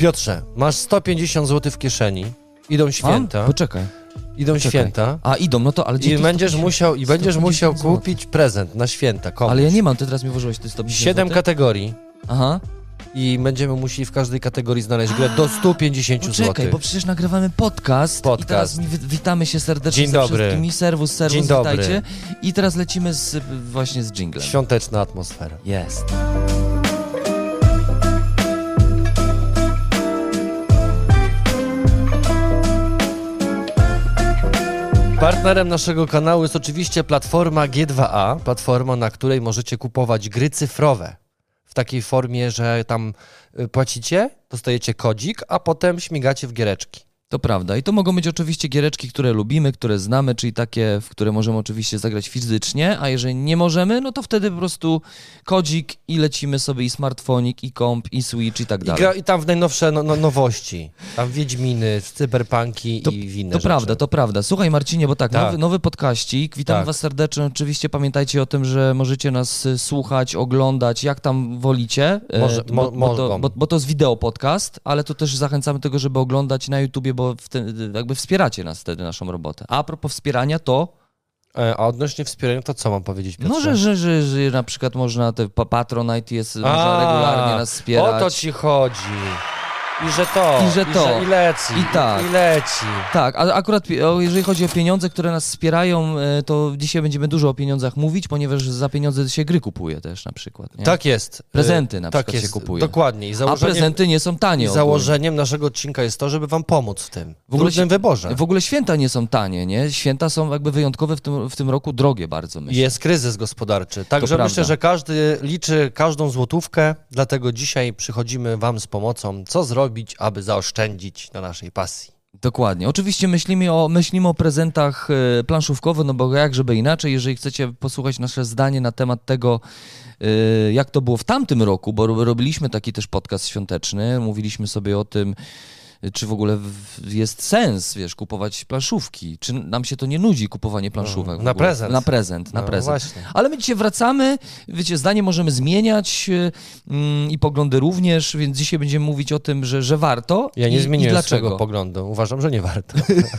Piotrze, masz 150 zł w kieszeni, idą święta. Poczekaj. Idą święta. A, idą, no to ale... I będziesz musiał kupić prezent na święta komuś. Ale ja nie mam, ty teraz mi włożyłeś te 150 7 kategorii. Aha. I będziemy musieli w każdej kategorii znaleźć grę do 150 zł. Czekaj, bo przecież nagrywamy podcast. I teraz witamy się serdecznie Dzień dobry. ze wszystkimi. Serwus, Dzień witajcie. dobry. I teraz lecimy właśnie z dżinglem. Świąteczna atmosfera. Jest. Partnerem naszego kanału jest oczywiście platforma G2A, platforma, na której możecie kupować gry cyfrowe. W takiej formie, że tam płacicie, dostajecie kodzik, a potem śmigacie w giereczki. To prawda. I to mogą być oczywiście giereczki, które lubimy, które znamy, czyli takie, w które możemy oczywiście zagrać fizycznie, a jeżeli nie możemy, no to wtedy po prostu kodzik i lecimy sobie i smartfonik, i komp, i Switch i tak dalej. I tam w najnowsze nowości. Tam Wiedźminy, Cyberpunki i inne rzeczy. To prawda. Słuchaj Marcinie, bo tak. Nowy podcaścik. Witamy was serdecznie. Oczywiście pamiętajcie o tym, że możecie nas słuchać, oglądać, jak tam wolicie. Bo to jest wideo podcast, ale to też zachęcamy do tego, żeby oglądać na YouTubie, bo jakby wspieracie nas wtedy, naszą robotę. A propos wspierania, to... A odnośnie wspierania, to co mam powiedzieć, Piotrze? No, że na przykład można, Patronite jest, można regularnie nas wspierać. O to ci chodzi. I że leci. I leci. Tak, a akurat jeżeli chodzi o pieniądze, które nas wspierają, to dzisiaj będziemy dużo o pieniądzach mówić, ponieważ za pieniądze się gry kupuje też na przykład. Nie? Tak jest. Prezenty na przykład się kupuje. Dokładnie. A prezenty nie są tanie. I założeniem naszego odcinka jest to, żeby wam pomóc w tym trudnym wyborze. W ogóle święta nie są tanie, nie? Święta są jakby wyjątkowe w tym roku, drogie bardzo, myślę. Jest kryzys gospodarczy. Także myślę, że każdy liczy każdą złotówkę, dlatego dzisiaj przychodzimy wam z pomocą, co zrobić, aby zaoszczędzić na naszej pasji. Dokładnie. Oczywiście myślimy o prezentach planszówkowych, no bo jak żeby inaczej, jeżeli chcecie posłuchać nasze zdanie na temat tego, jak to było w tamtym roku, bo robiliśmy taki też podcast świąteczny, mówiliśmy sobie o tym, czy w ogóle jest sens, kupować planszówki, czy nam się to nie nudzi, kupowanie planszówek. Na prezent. Na prezent. Właśnie. Ale my dzisiaj wracamy, zdanie możemy zmieniać i poglądy również, więc dzisiaj będziemy mówić o tym, że warto. Ja nie zmieniłem swojego poglądu. Uważam, że nie warto.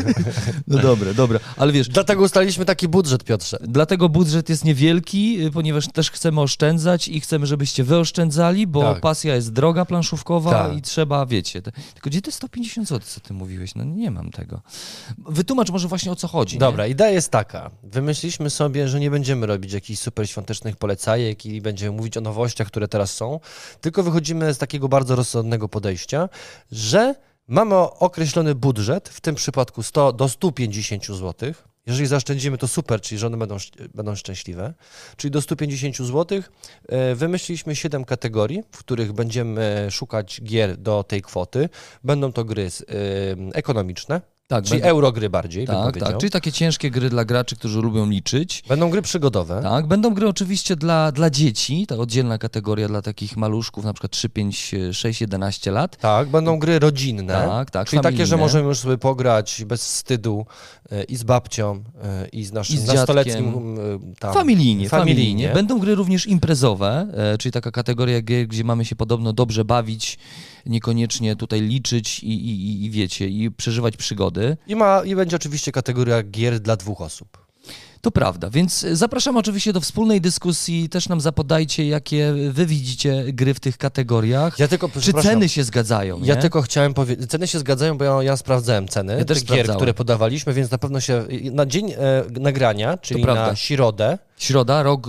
No dobra, ale Dlatego ustaliliśmy taki budżet, Piotrze. Dlatego budżet jest niewielki, ponieważ też chcemy oszczędzać i chcemy, żebyście wy oszczędzali, bo pasja jest droga planszówkowa i trzeba, tylko gdzie to jest 150 zł, co ty mówiłeś? No nie mam tego. Wytłumacz może właśnie, o co chodzi. Dobra, idea jest taka. Wymyśliliśmy sobie, że nie będziemy robić jakichś super świątecznych polecajek i będziemy mówić o nowościach, które teraz są, tylko wychodzimy z takiego bardzo rozsądnego podejścia, że mamy określony budżet, w tym przypadku 100 do 150 zł. Jeżeli zaoszczędzimy, to super, czyli żony będą szczęśliwe. Czyli do 150 zł wymyśliliśmy 7 kategorii, w których będziemy szukać gier do tej kwoty. Będą to gry ekonomiczne, czyli eurogry bardziej, bym powiedział. Tak, czyli takie ciężkie gry dla graczy, którzy lubią liczyć. Będą gry przygodowe. Tak, będą gry oczywiście dla dzieci, ta oddzielna kategoria dla takich maluszków, na przykład 3, 5, 6, 11 lat. Tak, będą gry rodzinne, tak, czyli familijne. takie, że możemy już sobie pograć bez wstydu i z babcią, i z naszym nastoletnim... Familijnie. Będą gry również imprezowe, czyli taka kategoria gier, gdzie mamy się podobno dobrze bawić, niekoniecznie tutaj liczyć i przeżywać przygody. I będzie oczywiście kategoria gier dla 2 osób. To prawda, więc zapraszamy oczywiście do wspólnej dyskusji, też nam zapodajcie, jakie wy widzicie gry w tych kategoriach. Czy ceny się zgadzają? Ja tylko chciałem powiedzieć, ceny się zgadzają, bo ja sprawdzałem ceny tych gier, które podawaliśmy, więc na pewno się na dzień nagrania, czyli na Środa, rok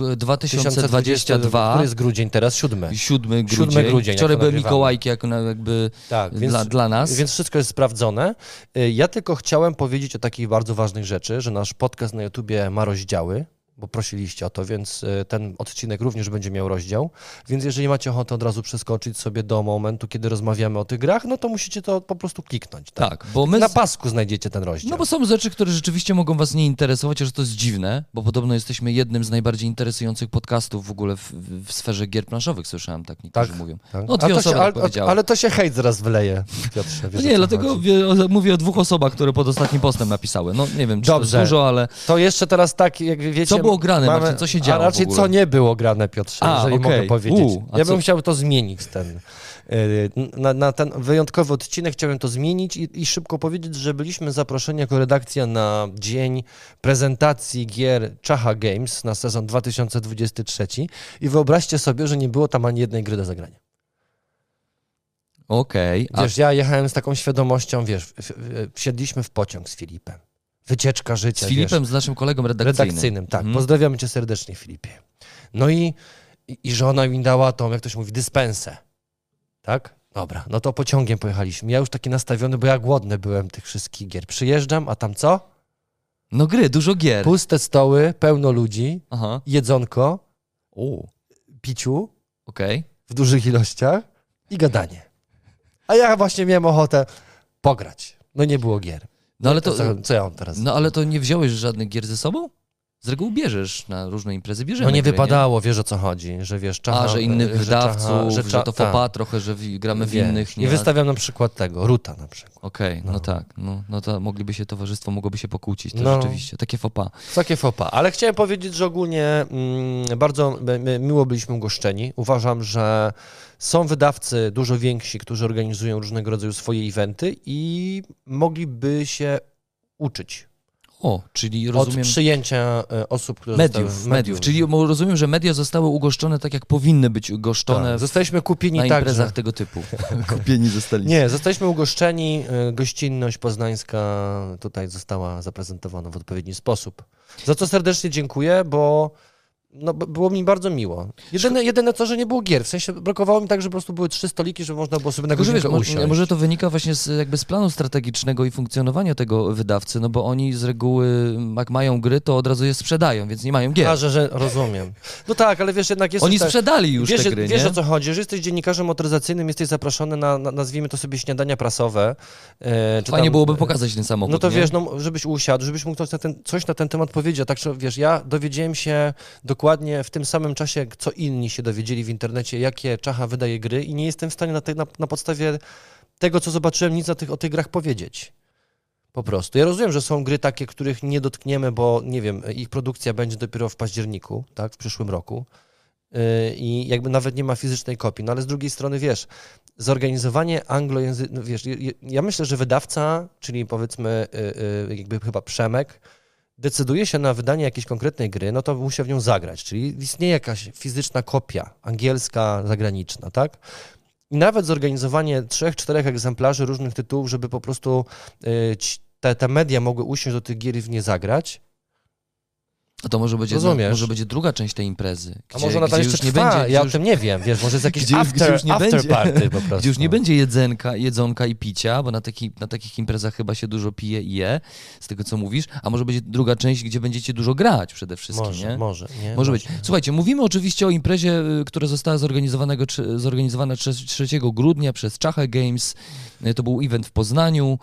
2022. Który jest grudzień teraz? 7 grudzień. Wczoraj były Mikołajki jakby dla nas. Więc wszystko jest sprawdzone. Ja tylko chciałem powiedzieć o takich bardzo ważnych rzeczy, że nasz podcast na YouTubie ma rozdziały, bo prosiliście o to, więc ten odcinek również będzie miał rozdział. Więc jeżeli macie ochotę od razu przeskoczyć sobie do momentu, kiedy rozmawiamy o tych grach, no to musicie to po prostu kliknąć. Tak, bo my... Na pasku znajdziecie ten rozdział. No bo są rzeczy, które rzeczywiście mogą was nie interesować, że to jest dziwne, bo podobno jesteśmy jednym z najbardziej interesujących podcastów w ogóle w sferze gier planszowych, słyszałem, tak niektórzy mówią. Tak. No 2 osoby powiedziały. Ale to się hejt zaraz wyleje, Piotrze. Wiesz, nie, dlatego mówię o 2 osobach, które pod ostatnim postem napisały. No nie wiem, czy to jest dużo, ale... To jeszcze teraz tak, jak wiecie... Co było grane, Marcin, co się działo? A raczej co nie było grane, Piotrze, jeżeli mogę powiedzieć. Ja bym chciał to zmienić. Na ten wyjątkowy odcinek chciałem to zmienić i szybko powiedzieć, że byliśmy zaproszeni jako redakcja na dzień prezentacji gier Czacha Games na sezon 2023 i wyobraźcie sobie, że nie było tam ani jednej gry do zagrania. Okej. Wiesz, ja jechałem z taką świadomością, wiesz, wsiedliśmy w pociąg z Filipem. Wycieczka życia, Z Filipem, wiesz, z naszym kolegą redakcyjnym. tak. Pozdrawiamy cię serdecznie, Filipie. No i żona mi dała tą, jak to się mówi, dyspensę. Tak? Dobra, no to pociągiem pojechaliśmy. Ja już taki nastawiony, bo ja głodny byłem tych wszystkich gier. Przyjeżdżam, a tam co? No gry, dużo gier. Puste stoły, pełno ludzi, Aha. jedzonko, piciu Okej. w dużych ilościach i gadanie. A ja właśnie miałem ochotę pograć. No nie było gier. No ale to... Co ja mam teraz? No ale to nie wziąłeś żadnych gier ze sobą? Z reguły bierzesz na różne imprezy, bierzemy No nie gry, wypadało, wiesz o co chodzi, że wiesz, Czacha, że innych wydawców, że to tak. fopa trochę, że gramy w Wiesz, innych. I wystawiam na przykład tego, Ruta na przykład. Okej, no tak. No to towarzystwo mogłoby się pokłócić, to No. rzeczywiście, takie fopa. Takie fopa. Ale chciałem powiedzieć, że ogólnie bardzo miło byliśmy ugoszczeni. Uważam, że są wydawcy dużo więksi, którzy organizują różnego rodzaju swoje eventy i mogliby się uczyć O, czyli rozumiem... od przyjęcia osób, które mediów. Czyli rozumiem, że media zostały ugoszczone tak, jak powinny być ugoszczone tak. Zostaliśmy kupieni na imprezach także. tego typu. Kupieni zostali. Nie, zostaliśmy ugoszczeni. Gościnność poznańska tutaj została zaprezentowana w odpowiedni sposób. Za co serdecznie dziękuję, bo było mi bardzo miło. Jedyne co, że nie było gier. W sensie brakowało mi tak, że po prostu były 3 stoliki, żeby można było sobie na godzinkę usiąść. Może to wynika właśnie z planu strategicznego i funkcjonowania tego wydawcy, no bo oni z reguły, jak mają gry, to od razu je sprzedają, więc nie mają gier. A, że rozumiem. No tak, ale wiesz, jednak jest... Oni sprzedali już te gry, Wiesz nie? o co chodzi, że jesteś dziennikarzem motoryzacyjnym, jesteś zaproszony na nazwijmy to sobie śniadania prasowe. Fajnie byłoby pokazać ten samochód, no to nie? wiesz, żebyś usiadł, żebyś mógł coś na ten temat powiedzieć. A tak, że wiesz, ja dowiedziałem się dokładnie w tym samym czasie, co inni się dowiedzieli w internecie, jakie Czacha wydaje gry i nie jestem w stanie na podstawie tego, co zobaczyłem, nic o tych grach powiedzieć. Po prostu. Ja rozumiem, że są gry takie, których nie dotkniemy, bo nie wiem, ich produkcja będzie dopiero w październiku, tak, w przyszłym roku i jakby nawet nie ma fizycznej kopii. No ale z drugiej strony, wiesz, zorganizowanie anglojęzycznego, wiesz, ja myślę, że wydawca, czyli powiedzmy jakby chyba Przemek, decyduje się na wydanie jakiejś konkretnej gry, no to musi w nią zagrać, czyli istnieje jakaś fizyczna kopia, angielska, zagraniczna, tak? I nawet zorganizowanie 3-4 egzemplarzy różnych tytułów, żeby po prostu te media mogły usiąść do tych gier i w nie zagrać. A to może będzie druga część tej imprezy. A może ona tam jeszcze nie trwa, będzie, ja o tym nie wiem, wiesz, może jest jakiś after party po prostu. Gdzie już nie będzie jedzonka i picia, bo na takich imprezach chyba się dużo pije i je, z tego co mówisz, a może będzie druga część, gdzie będziecie dużo grać przede wszystkim, nie? Może być. Słuchajcie, mówimy oczywiście o imprezie, która została zorganizowana 3 grudnia przez Czachę Games. To był event w Poznaniu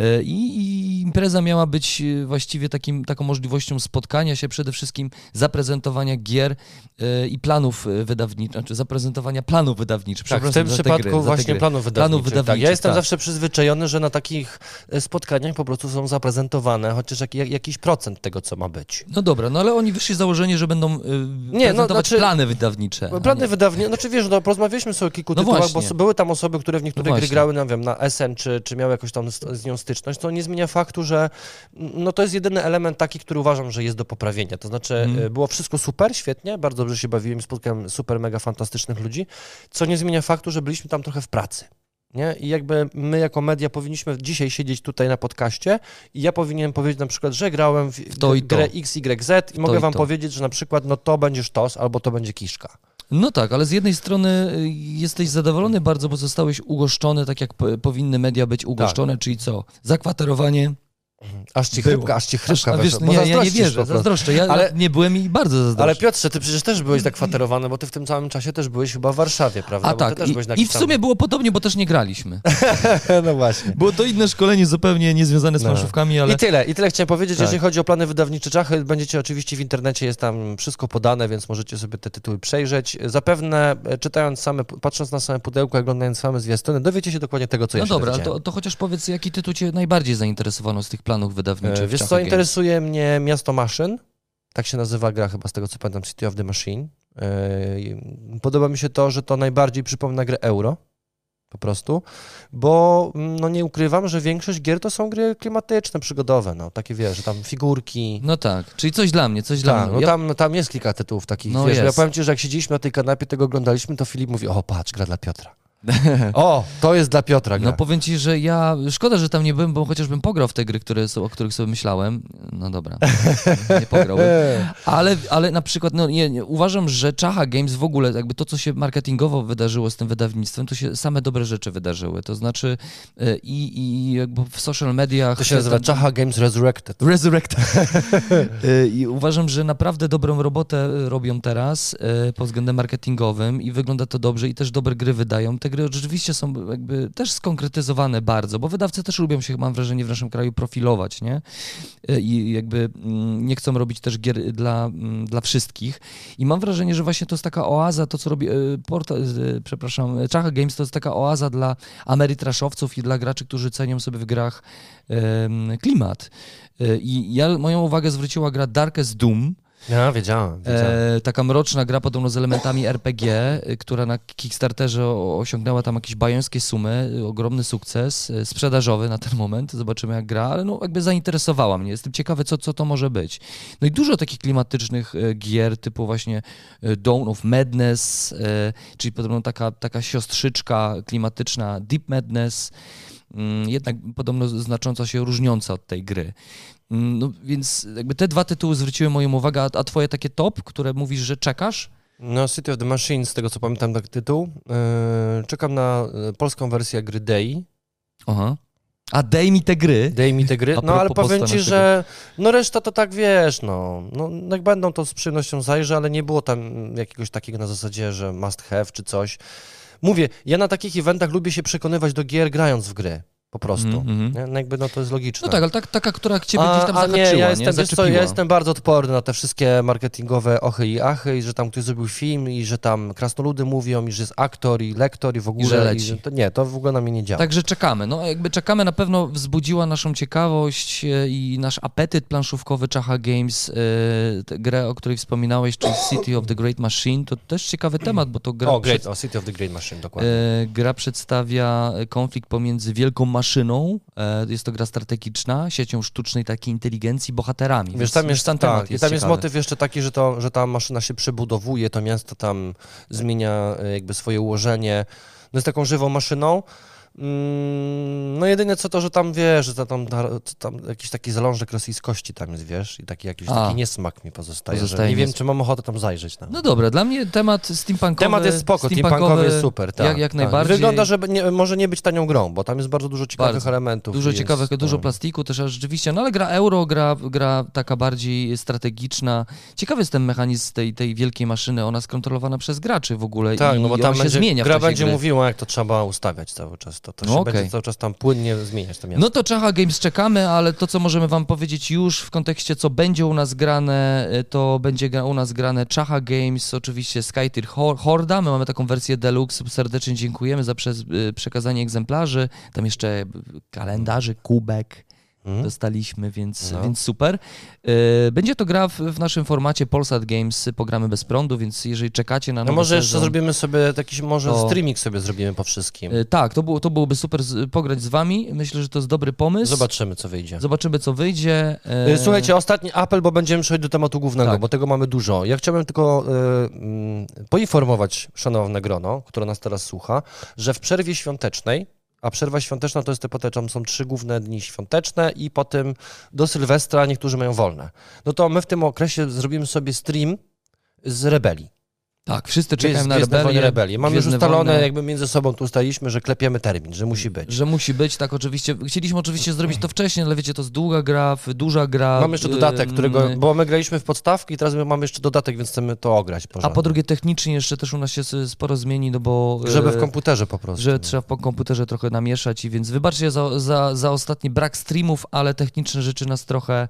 i impreza miała być właściwie taką możliwością spotkania się, przede wszystkim zaprezentowania gier i planów wydawniczych, znaczy zaprezentowania planów wydawniczych. Tak, w tym przypadku właśnie planów wydawniczych. Tak. Ja jestem zawsze przyzwyczajony, że na takich spotkaniach po prostu są zaprezentowane chociaż jakiś procent tego, co ma być. No dobra, no ale oni wyszli z założenia, że będą prezentować plany wydawnicze. Plany wydawnicze, znaczy wiesz, porozmawialiśmy sobie o kilku tytułach, bo były tam osoby, które w niektóre gry grały, nie wiem, na SN, czy miały jakoś tam z nią styczność, to nie zmienia faktu, że no to jest jedyny element taki, który uważam, że jest do poprawienia. To znaczy było wszystko super, świetnie, bardzo dobrze się bawiłem, spotkałem super, mega fantastycznych ludzi, co nie zmienia faktu, że byliśmy tam trochę w pracy. Nie? I jakby my jako media powinniśmy dzisiaj siedzieć tutaj na podcaście i ja powinienem powiedzieć na przykład, że grałem w grę XYZ i mogę wam powiedzieć, że na przykład no to będzie sztos albo to będzie kiszka. No tak, ale z jednej strony jesteś zadowolony bardzo, bo zostałeś ugoszczony tak, jak powinny media być ugoszczone, czyli co? Zakwaterowanie. Aż ci chrypka wiesz, ja nie wierzę, zazdroszczę. Ja nie byłem i bardzo zazdroszczę. Ale Piotrze, ty przecież też byłeś zakwaterowany, bo ty w tym całym czasie też byłeś chyba w Warszawie, prawda? A tak, i w sumie było podobnie, bo też nie graliśmy. No właśnie. Było to inne szkolenie zupełnie niezwiązane z planszówkami, ale... I tyle chciałem powiedzieć, jeżeli chodzi o plany wydawnicze Czachy, będziecie oczywiście w internecie, jest tam wszystko podane, więc możecie sobie te tytuły przejrzeć. Zapewne patrząc na same pudełko, oglądając same zwiastuny, dowiecie się dokładnie tego, co ja się dowiedziałem. No dobra, to chociaż powiedz, jaki tytuł cię najbardziej zainteresowano z tych planów wydawniczych? Wiesz co, interesuje mnie Miasto Maszyn, tak się nazywa gra chyba z tego co pamiętam, City of the Machine. Podoba mi się to, że to najbardziej przypomina grę Euro. po prostu, bo no nie ukrywam, że większość gier to są gry klimatyczne, przygodowe, no takie wiesz, że tam figurki. No tak, czyli coś dla mnie, coś dla Tak, mnie. no tam jest kilka tytułów takich, No wiesz, ja jest. powiem ci, że jak siedzieliśmy na tej kanapie, tego oglądaliśmy, to Filip mówi, o patrz, gra dla Piotra. O, to jest dla Piotra gra. No powiem ci, że szkoda, że tam nie byłem, bo chociażbym pograł w te gry, o których sobie myślałem. No dobra, nie pograłbym. Ale na przykład, no nie, uważam, że Czacha Games w ogóle, jakby to, co się marketingowo wydarzyło z tym wydawnictwem, to się same dobre rzeczy wydarzyły. To znaczy i jakby w social mediach... To się nazywa Czacha Games Resurrected. I uważam, że naprawdę dobrą robotę robią teraz pod względem marketingowym i wygląda to dobrze i też dobre gry wydają. Te gry oczywiście są jakby też skonkretyzowane bardzo, bo wydawcy też lubią się, mam wrażenie, w naszym kraju profilować, nie? I jakby nie chcą robić też gier dla wszystkich. I mam wrażenie, że właśnie to jest taka oaza, to co robi Czacha Games, to jest taka oaza dla amerytraszowców i dla graczy, którzy cenią sobie w grach klimat. I moją uwagę zwróciła gra Darkest Doom. Ja, wiedziałem. Taka mroczna gra podobno z elementami RPG, która na Kickstarterze osiągnęła tam jakieś bajońskie sumy, ogromny sukces sprzedażowy na ten moment, zobaczymy jak gra, ale no jakby zainteresowała mnie, jestem ciekawy co to może być. No i dużo takich klimatycznych gier typu właśnie Dawn of Madness, czyli podobno taka siostrzyczka klimatyczna Deep Madness, jednak podobno znacząco się różniąca od tej gry. No więc jakby te dwa tytuły zwróciły moją uwagę, a twoje takie top, które mówisz, że czekasz? No City of the Machine, z tego co pamiętam taki tytuł. Czekam na polską wersję gry Day. Aha. A daj mi te gry. No ale powiem ci, że no reszta to tak wiesz, no jak będą to z przyjemnością zajrzę, ale nie było tam jakiegoś takiego na zasadzie, że must have czy coś. Mówię, ja na takich eventach lubię się przekonywać do gier grając w gry. Po prostu. No jakby no to jest logiczne. No tak, ale taka, która ciebie gdzieś tam zahaczyła, ja jestem bardzo odporny na te wszystkie marketingowe ochy i achy, i że tam ktoś zrobił film, i że tam krasnoludy mówią, i że jest aktor, i lektor, i w ogóle. I że leci. To w ogóle na mnie nie działa. Także czekamy. No jakby czekamy, na pewno wzbudziła naszą ciekawość i nasz apetyt planszówkowy Czacha Games, tę grę, o której wspominałeś, czyli City of the Great Machine, to też ciekawy temat, bo to gra... City of the Great Machine, dokładnie. Gra przedstawia konflikt pomiędzy wielką maszyną, jest to gra strategiczna, siecią sztucznej takiej inteligencji, bohaterami. Wiesz, tam jest, temat jest tam jest ciekawy. motyw jeszcze taki, że ta maszyna się przebudowuje, to miasto tam zmienia jakby swoje ułożenie. No jest taką żywą maszyną. No jedynie co to, że tam wiesz, że tam jakiś taki zalążek rosyjskości tam jest, wiesz, i taki niesmak mi pozostaje, że nie wiem, czy mam ochotę tam zajrzeć. Tam. No dobra, dla mnie temat steampunkowy... Temat jest spoko, steampunkowy jest super, tak. Jak najbardziej. Wygląda, że może nie być tanią grą, bo tam jest bardzo dużo ciekawych elementów. Dużo plastiku też, rzeczywiście, no ale gra euro, gra taka bardziej strategiczna. Ciekawy jest ten mechanizm tej wielkiej maszyny, ona jest kontrolowana przez graczy w ogóle tak, no bo tam się zmienia gra w czasie będzie gry. mówiła, jak to trzeba ustawiać cały czas. To się będzie cały czas tam płynnie zmieniać to miasto. No to Czacha Games czekamy, ale to, co możemy wam powiedzieć już w kontekście, co będzie u nas grane, to będzie u nas grane Czacha Games, oczywiście Skytier Horda, my mamy taką wersję deluxe, serdecznie dziękujemy za przekazanie egzemplarzy, tam jeszcze kalendarzy, kubek dostaliśmy, więc super. Będzie to gra w naszym formacie Polsat Games, pogramy bez prądu, więc jeżeli czekacie na nowy może sezon, jeszcze zrobimy sobie streaming sobie zrobimy po wszystkim. Tak, to byłoby super pograć z wami. Myślę, że to jest dobry pomysł. Zobaczymy, co wyjdzie. Słuchajcie, ostatni apel, bo będziemy przechodzić do tematu głównego, bo tego mamy dużo. Ja chciałbym tylko poinformować szanowne grono, które nas teraz słucha, że w przerwie świątecznej, a przerwa świąteczna to jest tam są 3 główne dni świąteczne i potem do Sylwestra niektórzy mają wolne. No to my w tym okresie zrobimy sobie stream z Rebelii. Tak, wszyscy czekają na Rebelię. Mamy już ustalone, jakby między sobą tu ustaliliśmy, że klepiemy termin, że musi być. Że musi być, tak oczywiście. Chcieliśmy oczywiście zrobić to wcześniej, ale wiecie, to jest długa gra, duża gra. Mam jeszcze dodatek, bo my graliśmy w podstawki i teraz mamy jeszcze dodatek, więc chcemy to ograć porządnie. A po drugie technicznie jeszcze też u nas się sporo zmieni, no bo... Żeby w komputerze po prostu. Że trzeba w komputerze trochę namieszać i więc wybaczcie za ostatni brak streamów, ale techniczne rzeczy nas trochę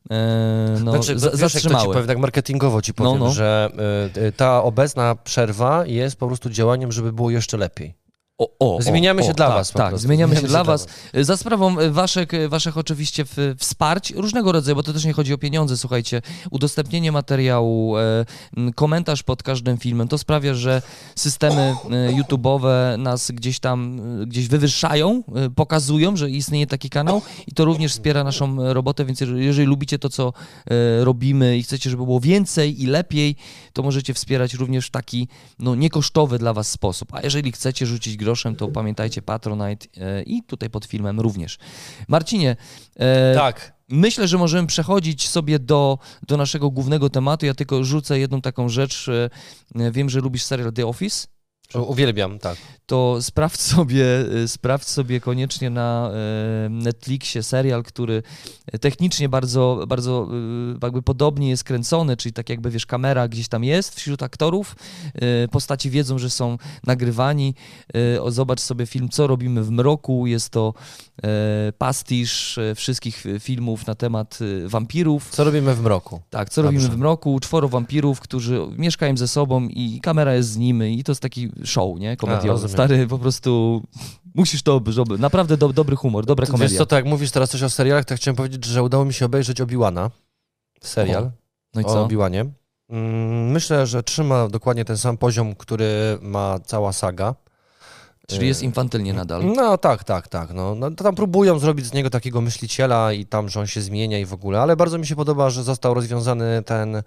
zatrzymały. Jak to ci powiem, tak marketingowo ci powiem, że ta obecna przerwa jest po prostu działaniem, żeby było jeszcze lepiej. Zmieniamy się dla tak, was po tak, prostu. zmieniamy się dla was. Za sprawą waszych oczywiście wsparć różnego rodzaju, bo to też nie chodzi o pieniądze, słuchajcie, udostępnienie materiału, komentarz pod każdym filmem, to sprawia, że systemy YouTube'owe nas gdzieś wywyższają, pokazują, że istnieje taki kanał i to również wspiera naszą robotę, więc jeżeli lubicie to, co robimy i chcecie, żeby było więcej i lepiej, to możecie wspierać również w taki niekosztowy dla was sposób. A jeżeli chcecie rzucić groszem, to pamiętajcie Patronite i tutaj pod filmem również. Marcinie, Tak. myślę, że możemy przechodzić sobie do naszego głównego tematu. Ja tylko rzucę jedną taką rzecz. Wiem, że lubisz serial The Office. Uwielbiam, tak. To sprawdź sobie koniecznie na Netflixie serial, który technicznie bardzo, bardzo jakby podobnie jest kręcony, czyli tak jakby, wiesz, kamera gdzieś tam jest wśród aktorów, postaci wiedzą, że są nagrywani. Zobacz sobie film Co robimy w mroku, jest to pastisz wszystkich filmów na temat wampirów. Co robimy w mroku? Tak, Co robimy w mroku, 4 wampirów, którzy mieszkają ze sobą i kamera jest z nimi i to jest taki show, nie? Komediowy. Stary, po prostu musisz to obejrzeć. Naprawdę dobry humor, dobra komedia. Wiesz co, to jak mówisz teraz coś o serialach, to chciałem powiedzieć, że udało mi się obejrzeć Obi-Wana, serial No i o co? Obi-Wanie. Myślę, że trzyma dokładnie ten sam poziom, który ma cała saga. Czyli jest infantylnie nadal. No tak. No, to tam próbują zrobić z niego takiego myśliciela i tam, że on się zmienia i w ogóle, ale bardzo mi się podoba, że został rozwiązany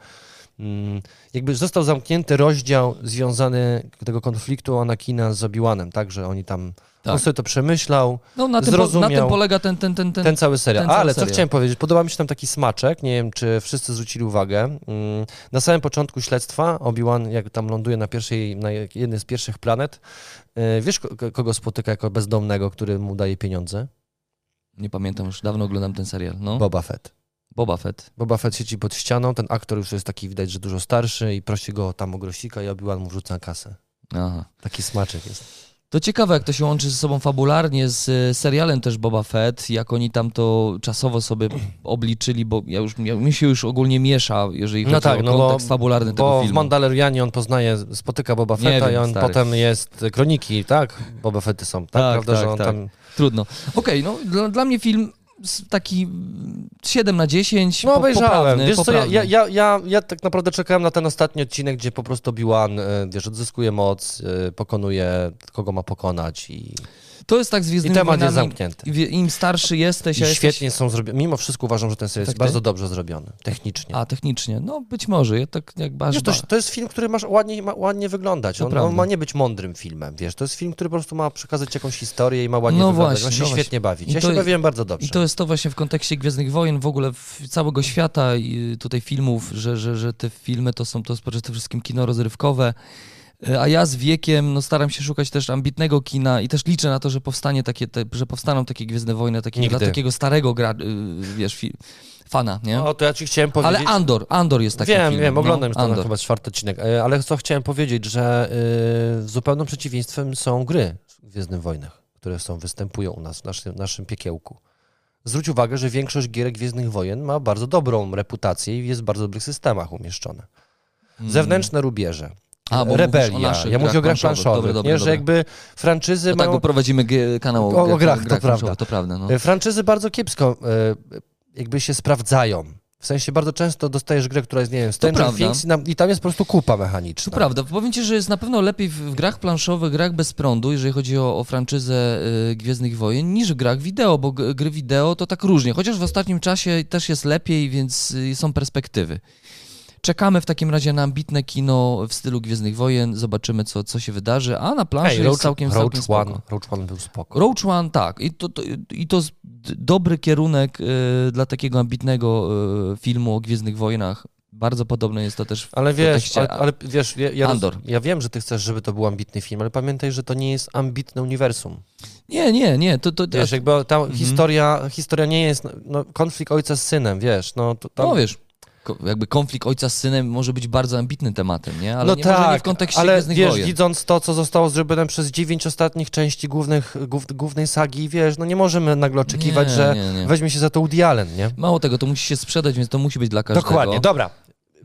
jakby został zamknięty rozdział związany tego konfliktu Anakina z Obi-Wanem, tak, że oni tam, on sobie to przemyślał, No na zrozumiał. tym polega ten Cały serial. ten cały Ale serial. co chciałem powiedzieć, podoba mi się tam taki smaczek, nie wiem, czy wszyscy zwrócili uwagę. Na samym początku śledztwa Obi-Wan, jak tam ląduje na jednej z pierwszych planet, wiesz, kogo spotyka jako bezdomnego, który mu daje pieniądze? Nie pamiętam, już dawno oglądam ten serial. No. Boba Fett. Boba Fett siedzi pod ścianą, ten aktor już jest taki, widać, że dużo starszy i prosi go tam o grosika i Obi-Wan mu wrzuca kasę. Aha. Taki smaczek jest. To ciekawe, jak to się łączy ze sobą fabularnie, z serialem też Boba Fett, jak oni tam to czasowo sobie obliczyli, bo mi się już ogólnie miesza, jeżeli chodzi o kontekst fabularny tego filmu. Bo w Mandalorianie on spotyka Boba Fetta i on potem jest kroniki, tak? Boba Fetty są, tak? Prawda, że on tam... Trudno. Okej, no dla mnie film taki 7/10, no obejrzałem. poprawny. Wiesz co, ja tak naprawdę czekałem na ten ostatni odcinek, gdzie po prostu Obi-Wan, wiesz, odzyskuje moc, pokonuje, kogo ma pokonać i... To jest tak z Gwiezdnymi I temat Wojnami, jest zamknięty. Im starszy jesteś... I świetnie są zrobione. Mimo wszystko uważam, że ten serial jest bardzo dobrze zrobiony, technicznie. A, technicznie. No być może. Ja tak jak wiesz, to jest film, który ma ładnie wyglądać. On ma nie być mądrym filmem, wiesz. To jest film, który po prostu ma przekazać jakąś historię i ma ładnie wyglądać. Ma się świetnie bawić. Ja się bawiłem bardzo dobrze. I to jest to właśnie w kontekście Gwiezdnych Wojen, w ogóle całego świata i tutaj filmów, że te filmy to jest przede wszystkim kino rozrywkowe. A ja z wiekiem staram się szukać też ambitnego kina i też liczę na to, że powstaną takie Gwiezdne Wojny, dla takiego starego fana, nie? No to ja ci chciałem powiedzieć... Ale Andor jest taki film. Wiem, oglądam już to chyba 4. odcinek, ale co chciałem powiedzieć, że zupełnym przeciwieństwem są gry w Gwiezdnych Wojnach, które występują u nas w naszym piekiełku. Zwróć uwagę, że większość gier Gwiezdnych Wojen ma bardzo dobrą reputację i jest w bardzo dobrych systemach umieszczone. Zewnętrzne rubieże. Rebelia. Ja mówię o grach planszowych, że jakby franczyzy mają... Tak, bo prowadzimy kanał o grach, to prawda. No. Franczyzy bardzo kiepsko jakby się sprawdzają. W sensie bardzo często dostajesz grę, która jest, nie wiem, Stranger Things i tam jest po prostu kupa mechaniczna. To prawda. Powiem ci, że jest na pewno lepiej w grach planszowych, grach bez prądu, jeżeli chodzi o franczyzę Gwiezdnych Wojen, niż w grach wideo, bo gry wideo to tak różnie. Chociaż w ostatnim czasie też jest lepiej, więc są perspektywy. Czekamy w takim razie na ambitne kino w stylu Gwiezdnych Wojen, zobaczymy, co się wydarzy, a na planszy jest całkiem spoko. Rogue One był spoko. Rogue One, tak. I to dobry kierunek dla takiego ambitnego filmu o Gwiezdnych Wojnach. Bardzo podobne jest to też w kontekście Andor. Ja wiem, że ty chcesz, żeby to był ambitny film, ale pamiętaj, że to nie jest ambitne uniwersum. Nie. Wiesz, jakby ta historia nie jest konflikt ojca z synem, wiesz. Wiesz, jakby konflikt ojca z synem może być bardzo ambitnym tematem, nie? Ale może nie w kontekście Gwiezdnych Wojen. Wiesz, widząc to, co zostało zrobione przez 9 ostatnich części głównej sagi, wiesz, nie możemy nagle oczekiwać, że weźmie się za to Woody Allen, nie? Mało tego, to musi się sprzedać, więc to musi być dla każdego. Dokładnie, dobra.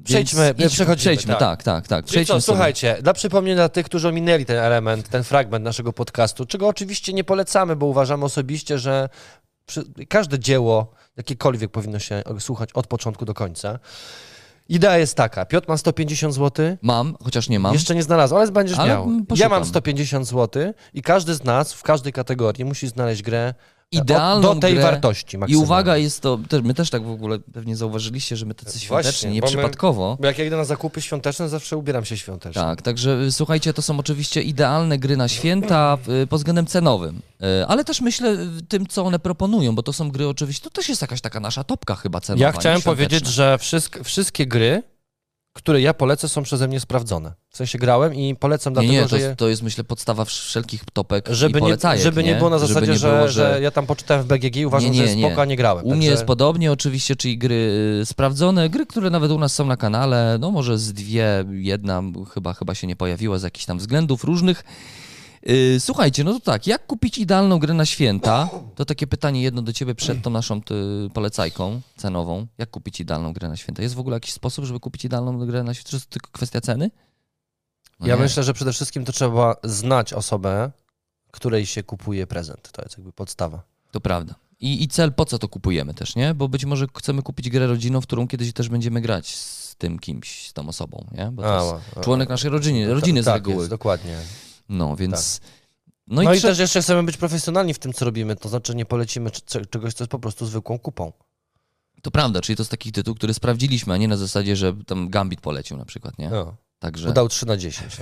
Przechodzimy, tak. Czyli Przejdźmy co, sobie. słuchajcie, dla przypomnienia dla tych, którzy ominęli ten element, ten fragment naszego podcastu, czego oczywiście nie polecamy, bo uważamy osobiście, że każde dzieło, jakiekolwiek, powinno się słuchać od początku do końca. Idea jest taka, Piotr ma 150 zł. Mam, chociaż nie mam. Jeszcze nie znalazłem, ale będziesz miał. poszukam. Ja mam 150 zł i każdy z nas w każdej kategorii musi znaleźć grę idealną do tej grę. wartości I maksymalnej. uwaga, jest to, my też tak w ogóle pewnie zauważyliście, że my tacy świąteczni, Właśnie, nieprzypadkowo. Bo jak ja idę na zakupy świąteczne, zawsze ubieram się świątecznie. Tak, także słuchajcie, to są oczywiście idealne gry na święta pod względem cenowym, ale też myślę tym, co one proponują, bo to są gry oczywiście, to też jest jakaś taka nasza topka chyba cenowa. Ja chciałem świąteczna. powiedzieć, że wszystkie gry, które ja polecę, są przeze mnie sprawdzone. W sensie grałem i polecam dlatego, Nie, że... to jest myślę podstawa wszelkich topek i Żeby polecajek, nie było na Żeby zasadzie, nie było, że ja tam poczytałem w BGG i uważam, że jest spoko, a nie grałem. U mnie jest podobnie oczywiście, czyli gry sprawdzone, gry, które nawet u nas są na kanale, no może z dwie, jedna chyba się nie pojawiła z jakichś tam względów różnych. Słuchajcie, no to tak, jak kupić idealną grę na święta? To takie pytanie jedno do ciebie przed tą naszą polecajką cenową. Jak kupić idealną grę na święta? Jest w ogóle jakiś sposób, żeby kupić idealną grę na święta? Czy to tylko kwestia ceny? No Ja nie. myślę, że przede wszystkim to trzeba znać osobę, której się kupuje prezent. To jest jakby podstawa. To prawda. I cel, po co to kupujemy też, nie? Bo być może chcemy kupić grę rodzinną, w którą kiedyś też będziemy grać z tym kimś, z tą osobą, nie? Bo to jest członek naszej rodziny z tak reguły. jest, dokładnie. No, więc... Tak. No, No i też jeszcze chcemy być profesjonalni w tym, co robimy, to znaczy nie polecimy czegoś, co jest po prostu zwykłą kupą. To prawda, czyli to jest taki tytuł, który sprawdziliśmy, a nie na zasadzie, że tam Gambit polecił na przykład, nie? No. Także... Udał 3 na 10.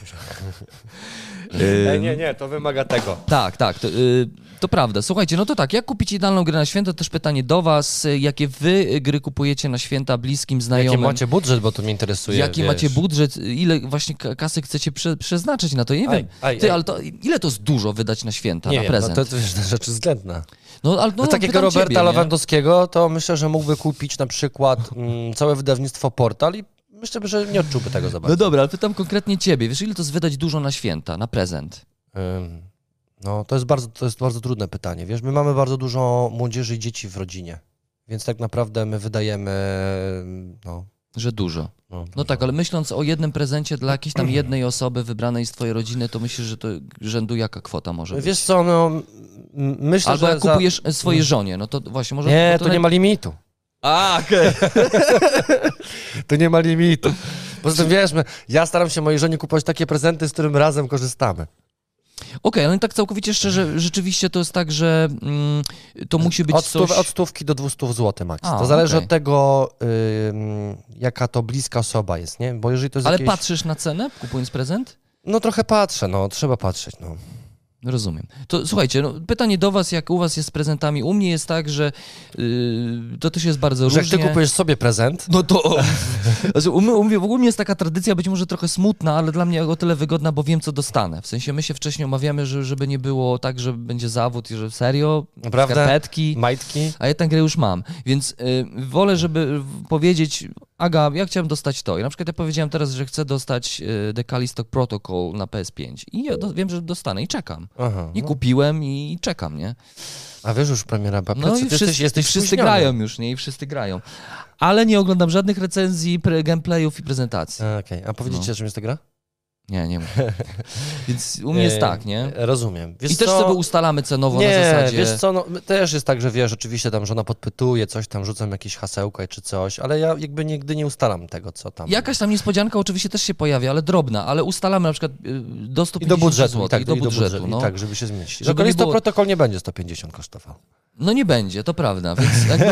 Nie, to wymaga tego. Tak, to prawda. Słuchajcie, no to tak, jak kupić idealną grę na święta? Też pytanie do was, jakie wy gry kupujecie na święta bliskim, znajomym? Jaki macie budżet, bo to mnie interesuje. Jaki macie budżet, ile właśnie kasy chcecie przeznaczyć na to? Ja nie wiem, ale to, ile to jest dużo wydać na święta, nie na wiem, prezent? No to jest rzecz względna. No, ale, Do takiego pytam Roberta ciebie, nie? Lewandowskiego to myślę, że mógłby kupić na przykład całe wydawnictwo Portal i myślę, że nie odczułby tego za bardzo. No dobra, ale pytam konkretnie ciebie. Wiesz, ile to jest wydać dużo na święta, na prezent? No, to jest bardzo trudne pytanie. Wiesz, my mamy bardzo dużo młodzieży i dzieci w rodzinie, więc tak naprawdę my wydajemy, Że dużo. No tak, ale myśląc o jednym prezencie dla jakiejś tam jednej osoby wybranej z twojej rodziny, to myślisz, że to rzędu jaka kwota może być? Wiesz co, no, myślę, Albo że... jak kupujesz swojej żonie, no to właśnie może... Nie, to to nie ma limitu. A, okej. To nie ma limitu. Poza tym, wiesz, ja staram się mojej żonie kupować takie prezenty, z którym razem korzystamy. Okej, ale tak całkowicie szczerze, rzeczywiście to jest tak, że to musi być coś... Od 100 do 200 zł max. A, To zależy okej. od tego, jaka to bliska osoba jest, nie? Bo jeżeli to jest Ale jakieś... patrzysz na cenę, kupując prezent? No trochę patrzę, trzeba patrzeć, Rozumiem. To słuchajcie, pytanie do was, jak u was jest z prezentami. U mnie jest tak, że to też jest bardzo Że różnie. jak ty kupujesz sobie prezent, No to... Znaczy, u mnie jest taka tradycja, być może trochę smutna, ale dla mnie o tyle wygodna, bo wiem, co dostanę. W sensie my się wcześniej omawiamy, żeby nie było tak, że będzie zawód i że serio, naprawdę? skarpetki, Majtki. a ja tę grę już mam. Więc wolę, żeby powiedzieć, Aga, ja chciałem dostać to. I na przykład ja powiedziałem teraz, że chcę dostać The Callisto Protocol na PS5. I ja wiem, że dostanę i czekam. Aha, Nie kupiłem i czekam, nie? A wiesz już premiera Babka, No i jesteś wszyscy spóźniony. grają już, nie? I wszyscy grają. Ale nie oglądam żadnych recenzji, gameplayów i prezentacji. Okej, a powiedzicie, czym jest ta gra? Nie mówię. Więc u mnie jest tak, nie? Rozumiem. Wiesz I też co? sobie ustalamy cenowo Nie, na zasadzie... wiesz co, też jest tak, że wiesz, oczywiście tam żona podpytuje, coś tam rzucam jakieś hasełka czy coś, ale ja jakby nigdy nie ustalam tego, co tam... Jakaś tam niespodzianka oczywiście też się pojawia, ale drobna, ale ustalamy na przykład do 150 I do budżetu, zł, i do budżetu, no. i tak, żeby się zmieścić. Żeby Żeby nie było- protokol nie będzie 150 kosztował. No nie będzie, to prawda, więc jakby,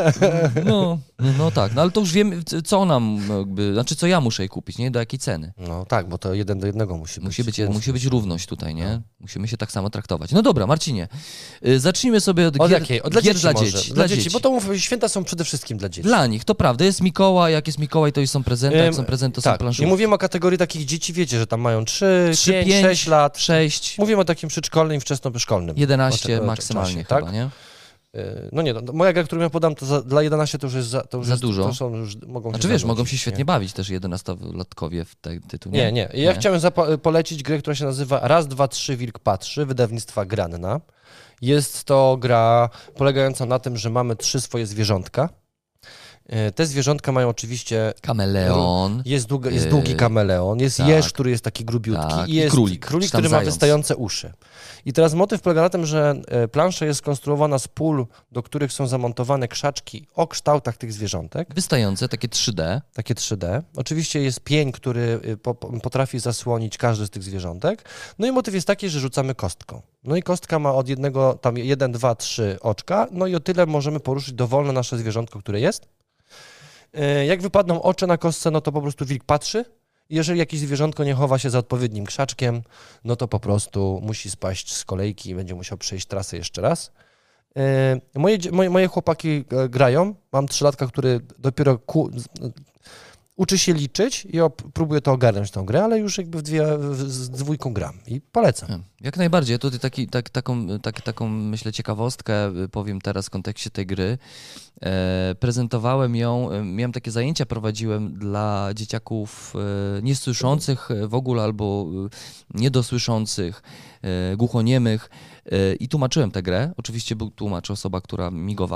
no tak, no ale to już wiem, co nam jakby, znaczy co ja muszę jej kupić, nie? Do jakiej ceny. No tak, bo to 1 do 1 musi być. Musi być równość tutaj, nie? Musimy się tak samo traktować. No dobra, Marcinie, zacznijmy sobie od Od gier, jakiej? Od gier dla może. dzieci. Dla dzieci, bo to mówię, święta są przede wszystkim dla dzieci. Dla nich, to prawda, jest Mikołaj, jak jest Mikołaj, to są prezenty, jak są prezenty, to są Tak, planszówki. i mówimy o kategorii takich dzieci, wiecie, że tam mają 3, 5, 6 lat. 6, Mówimy o takim przedszkolnym i wczesnoszkolnym. 11 o maksymalnie czasie, chyba, nie? No nie, moja gra, którą ja podam, to dla 11 to już jest Za dużo. To są już, mogą Znaczy się wiesz, zanudzić, mogą się świetnie nie? bawić też 11-latkowie w ten tytuł, Nie. Ja chciałem polecić grę, która się nazywa Raz, dwa, trzy, Wilk patrzy, wydawnictwa Granna. Jest to gra polegająca na tym, że mamy 3 swoje zwierzątka Te zwierzątka mają oczywiście... Kameleon. Jest długi kameleon, jest tak. jeż, który jest taki grubiutki Tak, i jest królik, który ma wystające uszy. I teraz motyw polega na tym, że plansza jest skonstruowana z pól, do których są zamontowane krzaczki o kształtach tych zwierzątek. Wystające, takie 3D. Takie 3D. Oczywiście jest pień, który potrafi zasłonić każdy z tych zwierzątek. No i motyw jest taki, że rzucamy kostką. No i kostka ma od jednego, tam 1, 2, 3 oczka, no i o tyle możemy poruszyć dowolne nasze zwierzątko, które jest. Jak wypadną oczy na kostce, no to po prostu wilk patrzy. Jeżeli jakieś zwierzątko nie chowa się za odpowiednim krzaczkiem, no to po prostu musi spaść z kolejki i będzie musiał przejść trasę jeszcze raz. Moje chłopaki grają. Mam 3-latka, który dopiero uczy się liczyć i próbuje to ogarnąć tą grę, ale już jakby z dwójką gram i polecam. Jak najbardziej. Ja tutaj taką myślę ciekawostkę powiem teraz w kontekście tej gry. Prezentowałem ją, miałem takie zajęcia, prowadziłem dla dzieciaków niesłyszących w ogóle albo niedosłyszących, głuchoniemych i tłumaczyłem tę grę. Oczywiście był tłumacz, osoba, która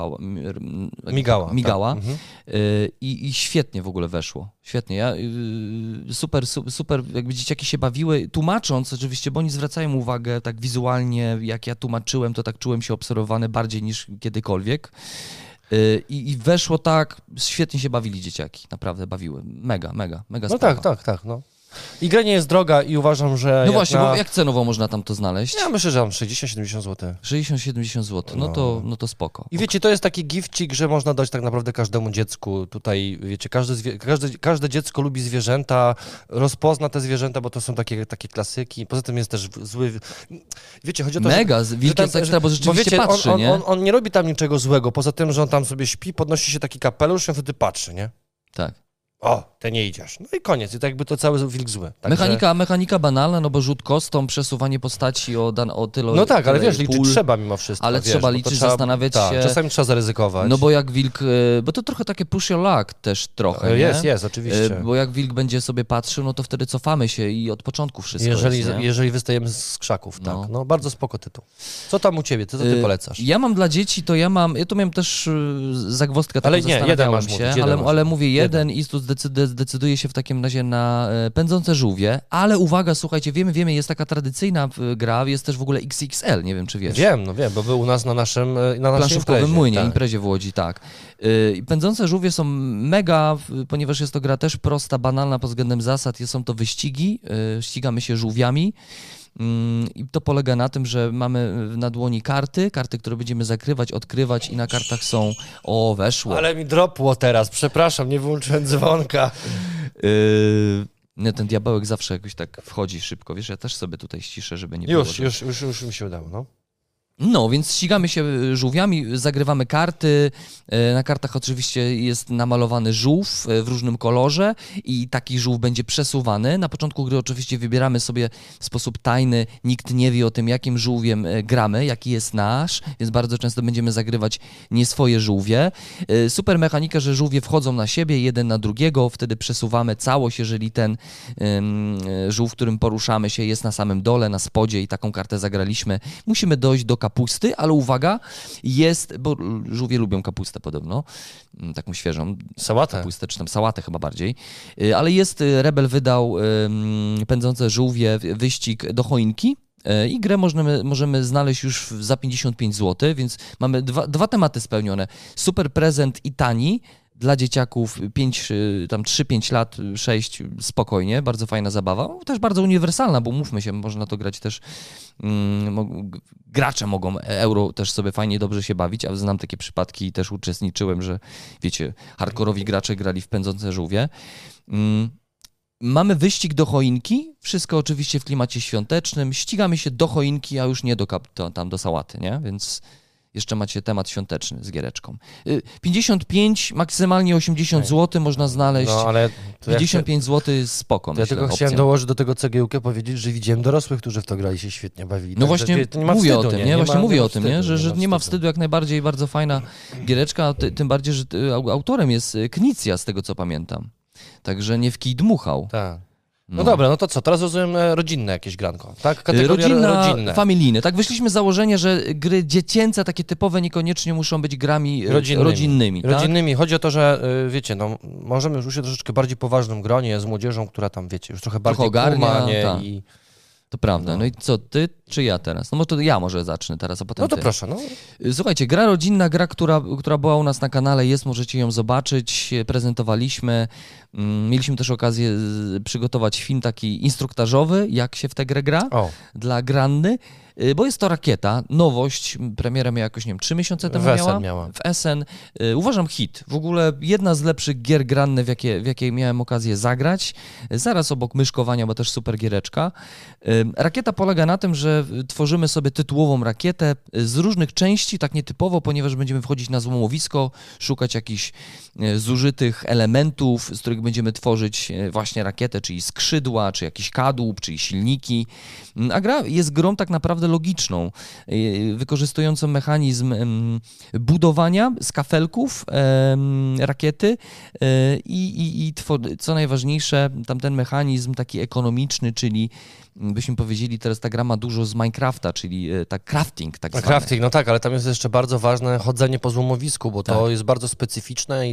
migała tak. I świetnie w ogóle weszło. Świetnie. Super, jakby dzieciaki się bawiły, tłumacząc oczywiście, bo oni zwracają uwagę tak wizualnie, jak ja tłumaczyłem, to tak czułem się obserwowany bardziej niż kiedykolwiek. I weszło tak, świetnie się bawili dzieciaki, naprawdę bawiły. Mega No sprawa. tak. I gra nie jest droga i uważam, że... No właśnie, bo jak cenowo można tam to znaleźć? Ja myślę, że mam 60-70 zł. 60-70 zł, no to spoko. I wiecie, to jest taki gifcik, że można dać tak naprawdę każdemu dziecku. Tutaj, wiecie, każde dziecko lubi zwierzęta, rozpozna te zwierzęta, bo to są takie klasyki. Poza tym jest też zły... Wiecie, chodzi o to, Mega, wilk jest ekstra, bo rzeczywiście wiecie, patrzy, nie? On nie robi tam niczego złego, poza tym, że on tam sobie śpi, podnosi się taki kapelusz i on wtedy patrzy, nie? Tak. O, ty nie idziesz. No i koniec. I to jakby to cały wilk zły. Także... Mechanika banalna, no bo rzut kostą, przesuwanie postaci o tyle... No tak, ale wiesz, pól, liczyć trzeba mimo wszystko. ale wiesz, trzeba liczyć, zastanawiać się... Czasami trzeba zaryzykować. No bo jak wilk... Bo to trochę takie push your luck też trochę, Jest, oczywiście. Bo jak wilk będzie sobie patrzył, no to wtedy cofamy się i od początku wszystko jeżeli wystajemy z krzaków, tak. No bardzo spoko tytuł. Co tam u ciebie? Co ty polecasz? Ja mam dla dzieci, ja tu miałem też zagwozdkę, ale nie, jeden masz się, mówić, ale mówię jeden i tu decyduje się w takim razie na pędzące żółwie, ale uwaga, słuchajcie, wiemy, jest taka tradycyjna gra, jest też w ogóle XXL, nie wiem czy wiesz. Wiem, bo był u nas na naszej planszówkowym młynie, tak. imprezie w Łodzi, tak. Pędzące żółwie są mega, ponieważ jest to gra też prosta, banalna pod względem zasad, są to wyścigi, ścigamy się żółwiami. I to polega na tym, że mamy na dłoni karty, które będziemy zakrywać, odkrywać i na kartach są... O, weszło. Ale mi dropło teraz, przepraszam, nie wyłączyłem dzwonka. Ten diabełek zawsze jakoś tak wchodzi szybko, wiesz, ja też sobie tutaj ściszę, żeby nie było... Już mi się udało, no. No, więc ścigamy się żółwiami, zagrywamy karty. Na kartach oczywiście jest namalowany żółw w różnym kolorze i taki żółw będzie przesuwany. Na początku gry oczywiście wybieramy sobie w sposób tajny, nikt nie wie o tym, jakim żółwiem gramy, jaki jest nasz, więc bardzo często będziemy zagrywać nie swoje żółwie. Super mechanika, że żółwie wchodzą na siebie, jeden na drugiego, wtedy przesuwamy całość, jeżeli ten żółw, którym poruszamy się, jest na samym dole, na spodzie i taką kartę zagraliśmy. Musimy dojść do kapusty, ale uwaga, bo żółwie lubią kapustę podobno, taką świeżą. Sałatę. Kapustę, czy tam sałatę chyba bardziej. Ale Rebel wydał pędzące żółwie, wyścig do choinki. I grę możemy znaleźć już za 55 zł, więc mamy dwa tematy spełnione. Super prezent i tani. Dla dzieciaków 3-5 lat, 6 spokojnie, bardzo fajna zabawa, też bardzo uniwersalna, bo mówmy się, można to grać też, gracze mogą euro też sobie fajnie, dobrze się bawić, a znam takie przypadki i też uczestniczyłem, że wiecie, hardkorowi gracze grali w pędzące żółwie. Mamy wyścig do choinki, wszystko oczywiście w klimacie świątecznym, ścigamy się do choinki, a już nie tam do sałaty, nie? Więc... Jeszcze macie temat świąteczny z giereczką. 55, maksymalnie 80 zł można znaleźć. No, ale 55 zł jest spoko, myślę. Ja tylko chciałem dołożyć do tego cegiełkę, powiedzieć, że widziałem dorosłych, którzy w to grali, się świetnie bawili. No właśnie mówię o tym, nie? Właśnie mówię o tym, nie? Że nie ma wstydu, jak najbardziej, bardzo fajna giereczka, tym bardziej, że autorem jest Knicja, z tego co pamiętam. Także nie w kij dmuchał. Tak. No dobra, no to co, teraz rozumiem rodzinne jakieś granko, tak? Kategoria rodzinne. Familijne. Tak, wyszliśmy z założenia, że gry dziecięce, takie typowe, niekoniecznie muszą być grami rodzinnymi. Tak? Rodzinnymi. Chodzi o to, że wiecie, no możemy już się troszeczkę bardziej poważnym gronie z młodzieżą, która tam, wiecie, już trochę bardziej ogarnia, kuma, i... To prawda. No i co, ty czy ja teraz? No może ja może zacznę teraz, a potem No to ty. proszę, no. Słuchajcie, gra rodzinna, gra, która była u nas na kanale, jest, możecie ją zobaczyć, prezentowaliśmy. Mieliśmy też okazję przygotować film taki instruktażowy, jak się w tę grę gra, dla Granny, bo jest to Rakieta, nowość, premiera miała jakoś, nie wiem, 3 miesiące temu miała. W Essen. Uważam hit. W ogóle jedna z lepszych gier Granny, w jakiej miałem okazję zagrać. Zaraz obok Myszkowania, bo też super giereczka. Rakieta polega na tym, że tworzymy sobie tytułową rakietę z różnych części, tak nietypowo, ponieważ będziemy wchodzić na złomowisko, szukać jakichś zużytych elementów, z których będziemy tworzyć właśnie rakietę, czyli skrzydła, czy jakiś kadłub, czyli silniki. A gra jest grą tak naprawdę logiczną, wykorzystującą mechanizm budowania z kafelków rakiety i co najważniejsze, tamten mechanizm taki ekonomiczny, czyli byśmy powiedzieli, teraz ta gra ma dużo z Minecrafta, czyli tak crafting tak zwany. Crafting, no tak, ale tam jest jeszcze bardzo ważne chodzenie po złomowisku, bo to jest bardzo specyficzne i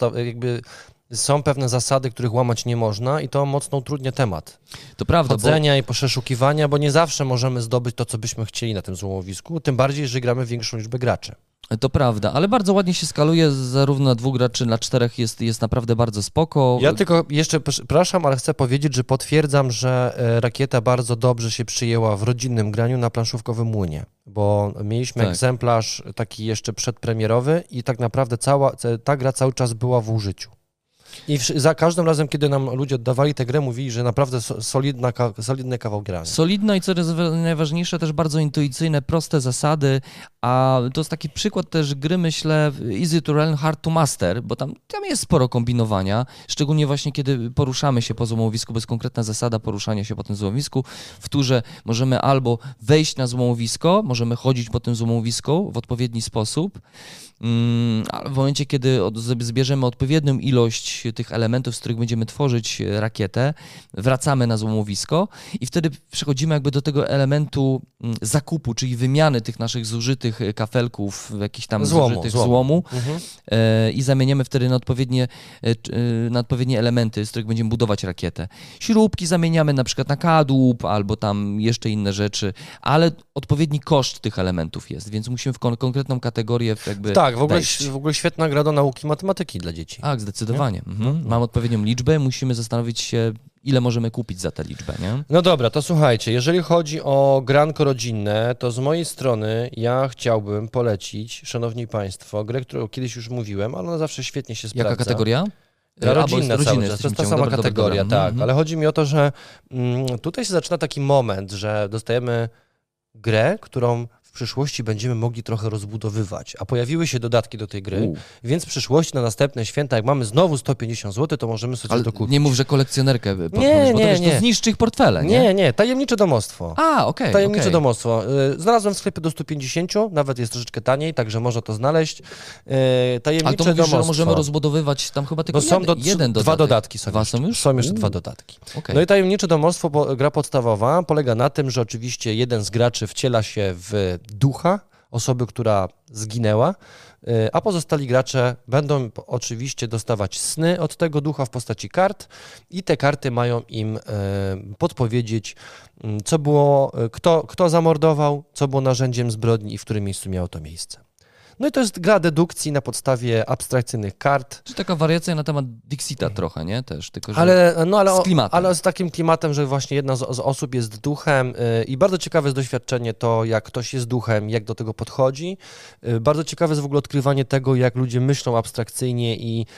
są pewne zasady, których łamać nie można i to mocno utrudnia temat. To prawda. Chodzenia i przeszukiwania, bo nie zawsze możemy zdobyć to, co byśmy chcieli na tym złomowisku, tym bardziej, że gramy większą liczbę graczy. To prawda, ale bardzo ładnie się skaluje, zarówno na 2 graczy, na 4 jest naprawdę bardzo spoko. Ja tylko jeszcze, przepraszam, ale chcę powiedzieć, że potwierdzam, że Rakieta bardzo dobrze się przyjęła w rodzinnym graniu na planszówkowym młynie, bo mieliśmy egzemplarz taki jeszcze przedpremierowy i tak naprawdę ta gra cały czas była w użyciu. I za każdym razem, kiedy nam ludzie oddawali tę grę, mówili, że naprawdę solidny kawał grania. Solidna i co jest najważniejsze, też bardzo intuicyjne, proste zasady, a to jest taki przykład też gry, myślę, easy to learn, hard to master, bo tam jest sporo kombinowania, szczególnie właśnie kiedy poruszamy się po złomowisku, bo jest konkretna zasada poruszania się po tym złomowisku, w którze możemy albo wejść na złomowisko, możemy chodzić po tym złomowisku w odpowiedni sposób, ale w momencie, kiedy zbierzemy odpowiednią ilość tych elementów, z których będziemy tworzyć rakietę, wracamy na złomowisko i wtedy przechodzimy jakby do tego elementu zakupu, czyli wymiany tych naszych zużytych kafelków, jakichś tam zużytych złomu i zamieniamy wtedy na odpowiednie elementy, z których będziemy budować rakietę. Śrubki zamieniamy na przykład na kadłub albo tam jeszcze inne rzeczy, ale odpowiedni koszt tych elementów jest, więc musimy w konkretną kategorię jakby tak, w ogóle świetna gra do nauki matematyki dla dzieci. Tak, zdecydowanie. Mam odpowiednią liczbę, musimy zastanowić się, ile możemy kupić za tę liczbę, nie? No dobra, to słuchajcie, jeżeli chodzi o granko rodzinne, to z mojej strony ja chciałbym polecić, szanowni państwo, grę, którą kiedyś już mówiłem, ale ona zawsze świetnie się sprawdza. Jaka kategoria? Rodzinna cały czas, to jest ta sama kategoria, tak, ale chodzi mi o to, że tutaj się zaczyna taki moment, że dostajemy grę, którą w przyszłości będziemy mogli trochę rozbudowywać, a pojawiły się dodatki do tej gry, więc w przyszłości na następne święta, jak mamy znowu 150 zł, to możemy sobie ale to kupić. nie mów, że kolekcjonerkę nie, bo to zniszczy ich portfele, nie? Nie, tajemnicze domostwo. Okej. Tajemnicze domostwo. Znalazłem w sklepie do 150, nawet jest troszeczkę taniej, także można to znaleźć. Tajemnicze ale to mówisz, domostwo. że możemy rozbudowywać tam chyba tylko dwa dodatki są. Są jeszcze 2 dodatki. Okay. No i tajemnicze domostwo, gra podstawowa, polega na tym, że oczywiście jeden z graczy wciela się w ducha osoby, która zginęła, a pozostali gracze będą oczywiście dostawać sny od tego ducha w postaci kart i te karty mają im podpowiedzieć, co było, kto zamordował, co było narzędziem zbrodni i w którym miejscu miało to miejsce. No i to jest gra dedukcji na podstawie abstrakcyjnych kart. Czy taka wariacja na temat Dixita trochę, nie? Też, tylko że z klimatem. Ale z takim klimatem, że właśnie jedna z osób jest duchem i bardzo ciekawe jest doświadczenie to, jak ktoś jest duchem, jak do tego podchodzi. Bardzo ciekawe jest w ogóle odkrywanie tego, jak ludzie myślą abstrakcyjnie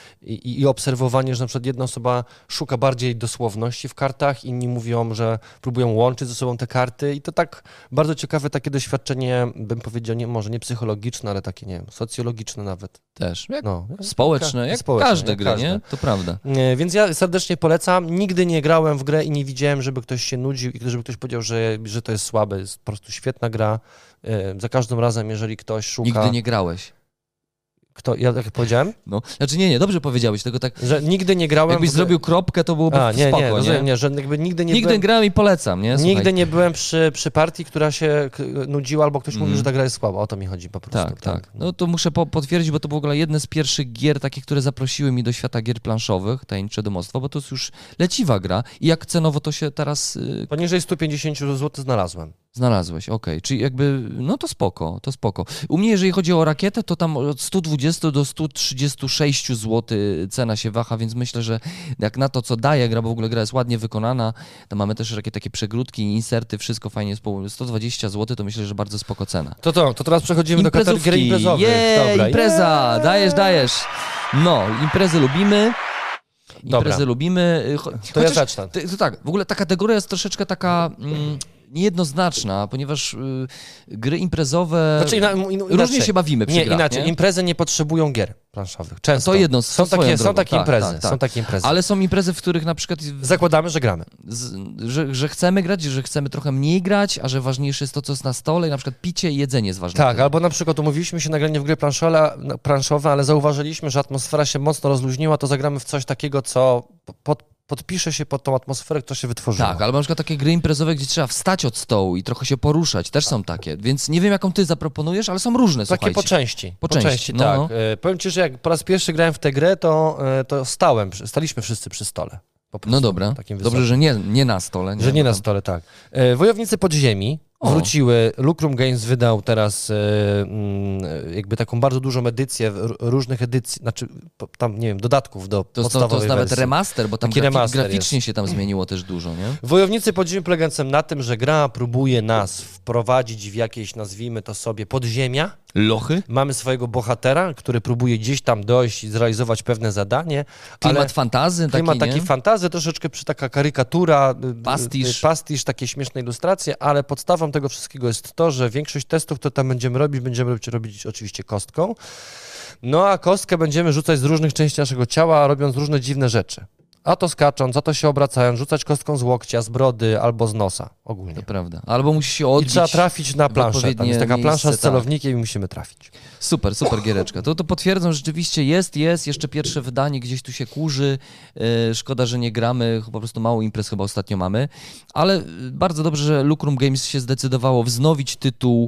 i obserwowanie, że na przykład jedna osoba szuka bardziej dosłowności w kartach, inni mówią, że próbują łączyć ze sobą te karty i to tak bardzo ciekawe takie doświadczenie, bym powiedział, może nie psychologiczne, ale takie, nie wiem, socjologiczne nawet. Też. Społeczne, jak każde gry, nie? To prawda. Więc ja serdecznie polecam. Nigdy nie grałem w grę i nie widziałem, żeby ktoś się nudził i żeby ktoś powiedział, że to jest słabe. Jest po prostu świetna gra. Za każdym razem, jeżeli ktoś szuka... Nigdy nie grałeś. Ja tak powiedziałem? No, znaczy nie, dobrze powiedziałeś, tylko tak... Że nigdy nie grałem... Jakbyś zrobił kropkę, to byłoby spoko, rozumiem, nie, że jakby nigdy nie Nigdy byłem... grałem i polecam, nie? Słuchaj. Nigdy nie byłem przy partii, która się nudziła, albo ktoś mówił, że ta gra jest słaba. O to mi chodzi po prostu. Tak. No to muszę potwierdzić, bo to w ogóle jedne z pierwszych gier, takie, które zaprosiły mi do świata gier planszowych, Tajemnicze Domostwo, bo to jest już leciwa gra i jak cenowo to się teraz... Poniżej 150 zł znalazłem. Znalazłeś, okej. Czyli jakby, no to spoko. U mnie, jeżeli chodzi o rakietę, to tam od 120 do 136 zł cena się waha, więc myślę, że jak na to, co daje gra, bo w ogóle gra jest ładnie wykonana, to mamy też takie przegródki, inserty, wszystko fajnie jest połączone. 120 zł to myślę, że bardzo spoko cena. To teraz przechodzimy do kategorii gier imprezowych. Dobra, impreza, dajesz. No, imprezy lubimy. Lubimy. To ja zacznę. To tak, w ogóle ta kategoria jest troszeczkę taka... niejednoznaczna, ponieważ gry imprezowe... Znaczy, różnie się bawimy przy grach, inaczej. Imprezy nie potrzebują gier planszowych. Często. To jedno, są takie imprezy. Tak. Są takie imprezy. Ale są imprezy, w których na przykład... Zakładamy, że gramy. Że chcemy grać, że chcemy trochę mniej grać, a że ważniejsze jest to, co jest na stole i na przykład picie i jedzenie jest ważne. Tak, albo na przykład umówiliśmy się na granie w gry planszowe, ale zauważyliśmy, że atmosfera się mocno rozluźniła, to zagramy w coś takiego, co podpisze się pod tą atmosferę, która się wytworzyła. Tak, albo na przykład takie gry imprezowe, gdzie trzeba wstać od stołu i trochę się poruszać, też są takie, więc nie wiem, jaką ty zaproponujesz, ale są różne, takie słuchajcie. Po części, tak. No. Powiem ci, że jak po raz pierwszy grałem w tę grę, to staliśmy wszyscy przy stole. No dobra, dobrze, że nie na stole. Że nie na stole, tak. Wojownicy Podziemi wróciły. Lucrum Games wydał teraz jakby taką bardzo dużą edycję, różnych edycji, znaczy tam, nie wiem, dodatków do podstawowej To jest nawet wersji. remaster, bo tam graficznie się tam zmieniło też dużo, nie? Wojownicy Podziemi polegającym na tym, że gra próbuje nas wprowadzić w jakieś, nazwijmy to sobie, podziemia. Lochy? Mamy swojego bohatera, który próbuje gdzieś tam dojść i zrealizować pewne zadanie. Klimat fantazy taki fantazy, troszeczkę taka karykatura, pastisz, takie śmieszne ilustracje, ale podstawą tego wszystkiego jest to, że większość testów, które tam będziemy robić oczywiście kostką. No a kostkę będziemy rzucać z różnych części naszego ciała, robiąc różne dziwne rzeczy. A to skacząc, a to się obracając, rzucać kostką z łokcia, z brody albo z nosa ogólnie. To prawda. Albo musi się odbić. I trzeba trafić na planszę. Tam jest taka plansza z celownikiem i musimy trafić. Super giereczka. To potwierdzam, że rzeczywiście jest jeszcze pierwsze wydanie, gdzieś tu się kurzy. Szkoda, że nie gramy, po prostu mało imprez chyba ostatnio mamy. Ale bardzo dobrze, że Lucrum Games się zdecydowało wznowić tytuł.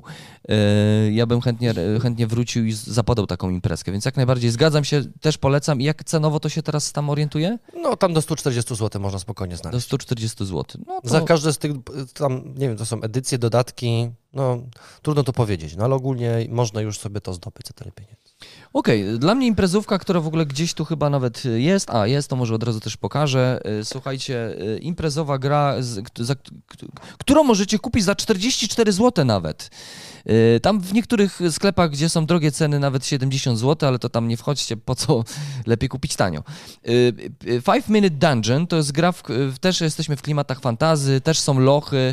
Ja bym chętnie wrócił i zapadał taką imprezkę, więc jak najbardziej zgadzam się, też polecam. I jak cenowo to się teraz tam orientuje? No tam do 140 zł można spokojnie znaleźć. Do 140 zł. No to... Za każde z tych, tam nie wiem, to są edycje, dodatki, no trudno to powiedzieć, no ale ogólnie można już sobie to zdobyć za tyle pieniędzy. Okej, dla mnie imprezówka, która w ogóle gdzieś tu chyba nawet jest, to może od razu też pokażę. Słuchajcie, imprezowa gra, którą możecie kupić za 44 zł nawet. Tam w niektórych sklepach, gdzie są drogie ceny, nawet 70 zł, ale to tam nie wchodźcie, po co lepiej kupić tanio. 5 Minute Dungeon to jest gra, też jesteśmy w klimatach fantazy, też są lochy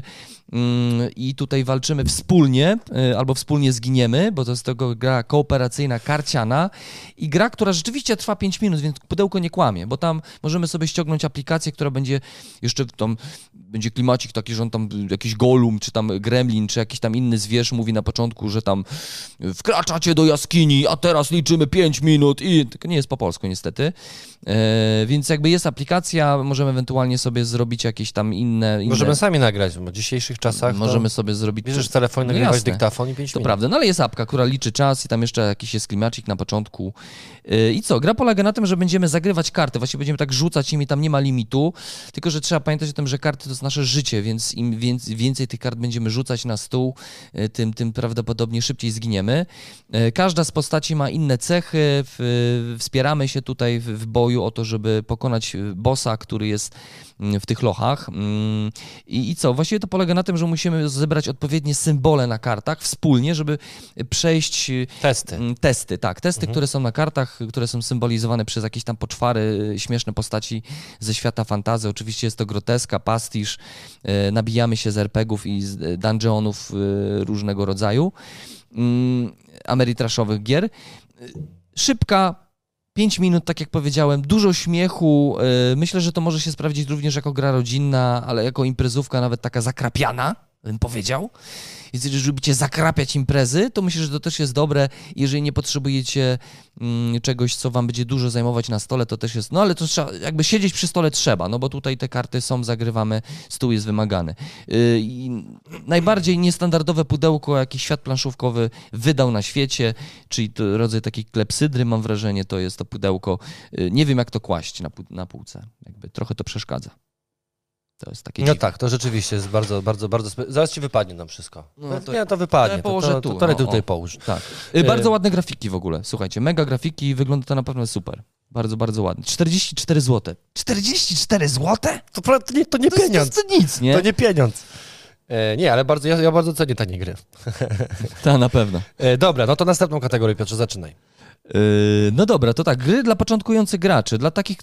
i tutaj walczymy wspólnie, albo wspólnie zginiemy, bo to jest tego gra kooperacyjna, karciana i gra, która rzeczywiście trwa 5 minut, więc pudełko nie kłamie, bo tam możemy sobie ściągnąć aplikację, która będzie jeszcze tam, będzie klimacik taki, że on tam jakiś golum, czy tam gremlin, czy jakiś tam inny zwierz mówi na początku, że tam wkraczacie do jaskini, a teraz liczymy 5 minut i tylko nie jest po polsku niestety, więc jakby jest aplikacja, możemy ewentualnie sobie zrobić jakieś tam inne... Możemy sami nagrać, bo w dzisiejszych czasach możemy sobie zrobić... Bierzesz telefon, nagrywać dyktafon i 5 minut. To prawda, no ale jest apka, która liczy czas i tam jeszcze jakiś jest klimacik na początku. I co? Gra polega na tym, że będziemy zagrywać karty, właściwie będziemy tak rzucać nimi, tam nie ma limitu, tylko że trzeba pamiętać o tym, że karty to jest nasze życie, więc im więcej tych kart będziemy rzucać na stół, tym prawdopodobnie szybciej zginiemy. Każda z postaci ma inne cechy, wspieramy się tutaj w boju o to, żeby pokonać bossa, który jest w tych lochach. I co? Właściwie to polega na tym, że musimy zebrać odpowiednie symbole na kartach wspólnie, żeby przejść... Testy, tak. Testy, które są na kartach, które są symbolizowane przez jakieś tam poczwary, śmieszne postaci ze świata fantasy. Oczywiście jest to groteska, pastisz, nabijamy się z RPGów i z dungeonów różnego rodzaju, ameritraszowych gier. Szybka, 5 minut, tak jak powiedziałem, dużo śmiechu. Myślę, że to może się sprawdzić również jako gra rodzinna, ale jako imprezówka nawet taka zakrapiana. bym powiedział. Jeżeli lubicie zakrapiać imprezy, to myślę, że to też jest dobre. Jeżeli nie potrzebujecie czegoś, co wam będzie dużo zajmować na stole, to też jest... No ale to trzeba, jakby siedzieć przy stole trzeba, no bo tutaj te karty są, zagrywamy, stół jest wymagany. I najbardziej niestandardowe pudełko, jakie świat planszówkowy wydał na świecie, czyli to rodzaj takiej klepsydry, mam wrażenie, to jest to pudełko. Nie wiem, jak to kłaść na półce. Jakby trochę to przeszkadza. To jest takie No dziwne. tak, to rzeczywiście jest bardzo, bardzo, bardzo... Zaraz ci wypadnie nam wszystko. No to- Nie, to wypadnie. ja położę tu, To no, tutaj o. połóż. Tak. Bardzo ładne grafiki w ogóle. Słuchajcie, mega grafiki, wygląda to naprawdę super. Bardzo, bardzo ładnie. 44 zł. 44 zł? To nie pieniądz. To nic, nie? To nie pieniądz. Nie, ale ja bardzo cenię tanie gry. Ta, na pewno. Dobra, no to następną kategorię, Piotrze, zaczynaj. No dobra, to tak, gry dla początkujących graczy, dla takich,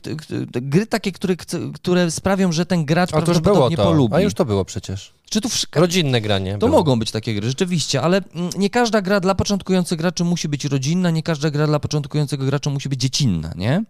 gry takie, które sprawią, że ten gracz A to już było prawdopodobnie to. polubi. A już to było przecież. Czy tu Rodzinne granie. To było. mogą być takie gry, rzeczywiście, ale nie każda gra dla początkujących graczy musi być rodzinna, nie każda gra dla początkującego gracza musi być dziecinna, nie?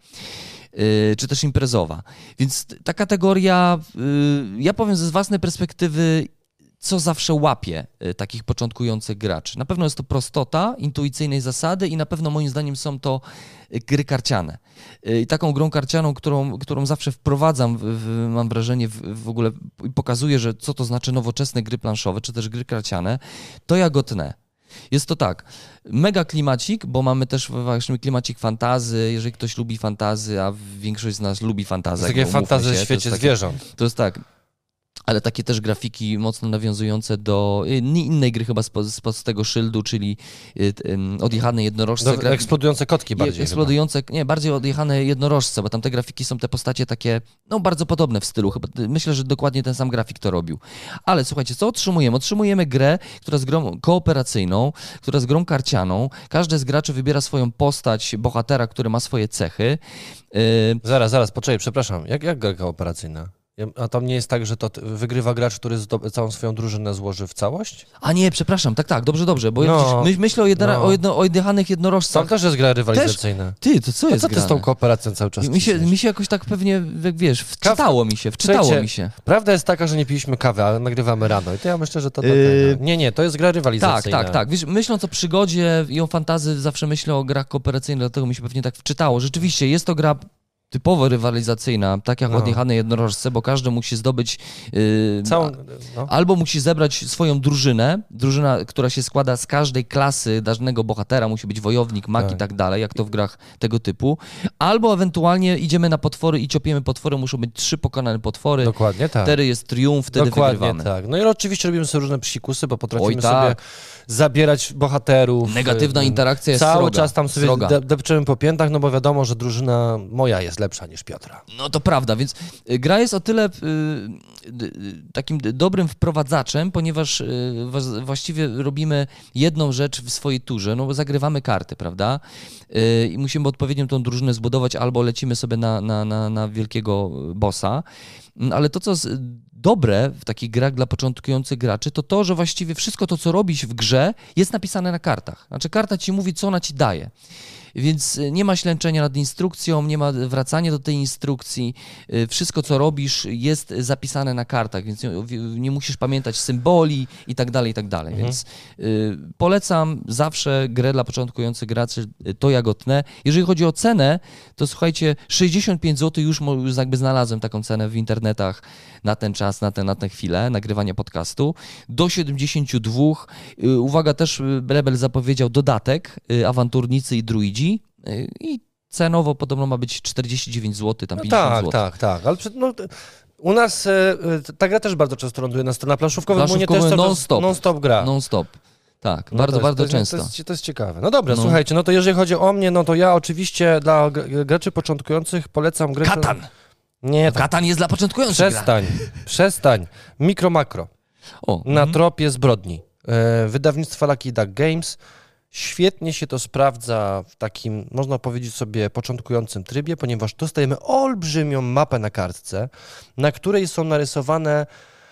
Czy też imprezowa. Więc ta kategoria, ja powiem z własnej perspektywy, co zawsze łapie takich początkujących graczy. Na pewno jest to prostota, intuicyjnej zasady i na pewno moim zdaniem są to gry karciane. I taką grą karcianą, którą zawsze wprowadzam, mam wrażenie, w ogóle i pokazuję, że co to znaczy nowoczesne gry planszowe, czy też gry karciane, to ja go tnę. Jest to tak, mega klimacik, bo mamy też właśnie klimacik fantazy, jeżeli ktoś lubi fantazy, a większość z nas lubi fantazy. To takie fantazy w świecie zwierząt. To jest tak, ale takie też grafiki mocno nawiązujące do innej gry chyba z tego szyldu, czyli odjechane jednorożce. Eksplodujące kotki bardziej Eksplodujące, nie, bardziej odjechane jednorożce, bo tam te grafiki są te postacie takie, no bardzo podobne w stylu. Chyba, myślę, że dokładnie ten sam grafik to robił. Ale słuchajcie, co otrzymujemy? Otrzymujemy grę, która jest grą kooperacyjną, która jest grą karcianą. Każdy z graczy wybiera swoją postać, bohatera, który ma swoje cechy. Zaraz, poczekaj, przepraszam. Jak gra kooperacyjna? A tam nie jest tak, że to wygrywa gracz, który całą swoją drużynę złoży w całość? A nie, przepraszam, tak, dobrze, bo myślę o odjechanych jednorożcach. Tam też jest gra rywalizacyjna. Ty, to co jest co ty z tą kooperacją cały czas mi się jakoś tak pewnie, wiesz, wczytało mi się. Prawda jest taka, że nie piliśmy kawy, ale nagrywamy rano i to ja myślę, że to... Nie, to jest gra rywalizacyjna. Tak. Wiesz, myśląc o przygodzie i o fantazy, zawsze myślę o grach kooperacyjnych, dlatego mi się pewnie tak wczytało. Rzeczywiście, jest to gra typowo rywalizacyjna, tak jak odjechane jednorożce, bo każdy musi zdobyć albo musi zebrać swoją drużynę, która się składa z każdej klasy danego bohatera, musi być wojownik, mag i tak dalej, jak to w grach tego typu, albo ewentualnie idziemy na potwory i ciopiemy potwory, muszą być 3 pokonane potwory. Dokładnie tak. Wtedy jest triumf, wtedy wygrywamy. Dokładnie tak. No i oczywiście robimy sobie różne psikusy, bo potrafimy sobie zabierać bohaterów. Negatywna interakcja jest cały czas tam sobie depczemy po piętach, no bo wiadomo, że drużyna moja jest lepsza niż Piotra. No to prawda, więc gra jest o tyle takim dobrym wprowadzaczem, ponieważ właściwie robimy jedną rzecz w swojej turze, no bo zagrywamy karty, prawda? I musimy odpowiednio tą drużynę zbudować, albo lecimy sobie na wielkiego bossa. Ale to, co jest dobre w takich grach dla początkujących graczy, to to, że właściwie wszystko to, co robisz w grze, jest napisane na kartach. Znaczy karta ci mówi, co ona ci daje. Więc nie ma ślęczenia nad instrukcją, nie ma wracania do tej instrukcji. Wszystko, co robisz, jest zapisane na kartach, więc nie musisz pamiętać symboli i tak dalej, i tak dalej. Więc polecam zawsze grę dla początkujących graczy, to ja go tnę. Jeżeli chodzi o cenę, to słuchajcie, 65 zł już jakby znalazłem taką cenę w internetach na ten czas, na tę chwilę nagrywania podcastu. Do 72. Uwaga, też Rebel zapowiedział dodatek, awanturnicy i druidzi. I cenowo podobno ma być 49 zł, tam 50 zł. Tak. Ale u nas ta gra też bardzo często ląduje na planszówkowym, u mnie też non-stop gra. Non-stop. Tak, bardzo często. To jest ciekawe. No dobra, słuchajcie, no to jeżeli chodzi o mnie, no to ja oczywiście dla graczy początkujących polecam grę... Katan! Nie, Katan jest dla początkujących. Przestań. Mikro-makro. Na tropie zbrodni. Wydawnictwa Lucky Duck Games. Świetnie się to sprawdza w takim, można powiedzieć sobie, początkującym trybie, ponieważ dostajemy olbrzymią mapę na kartce, na której są narysowane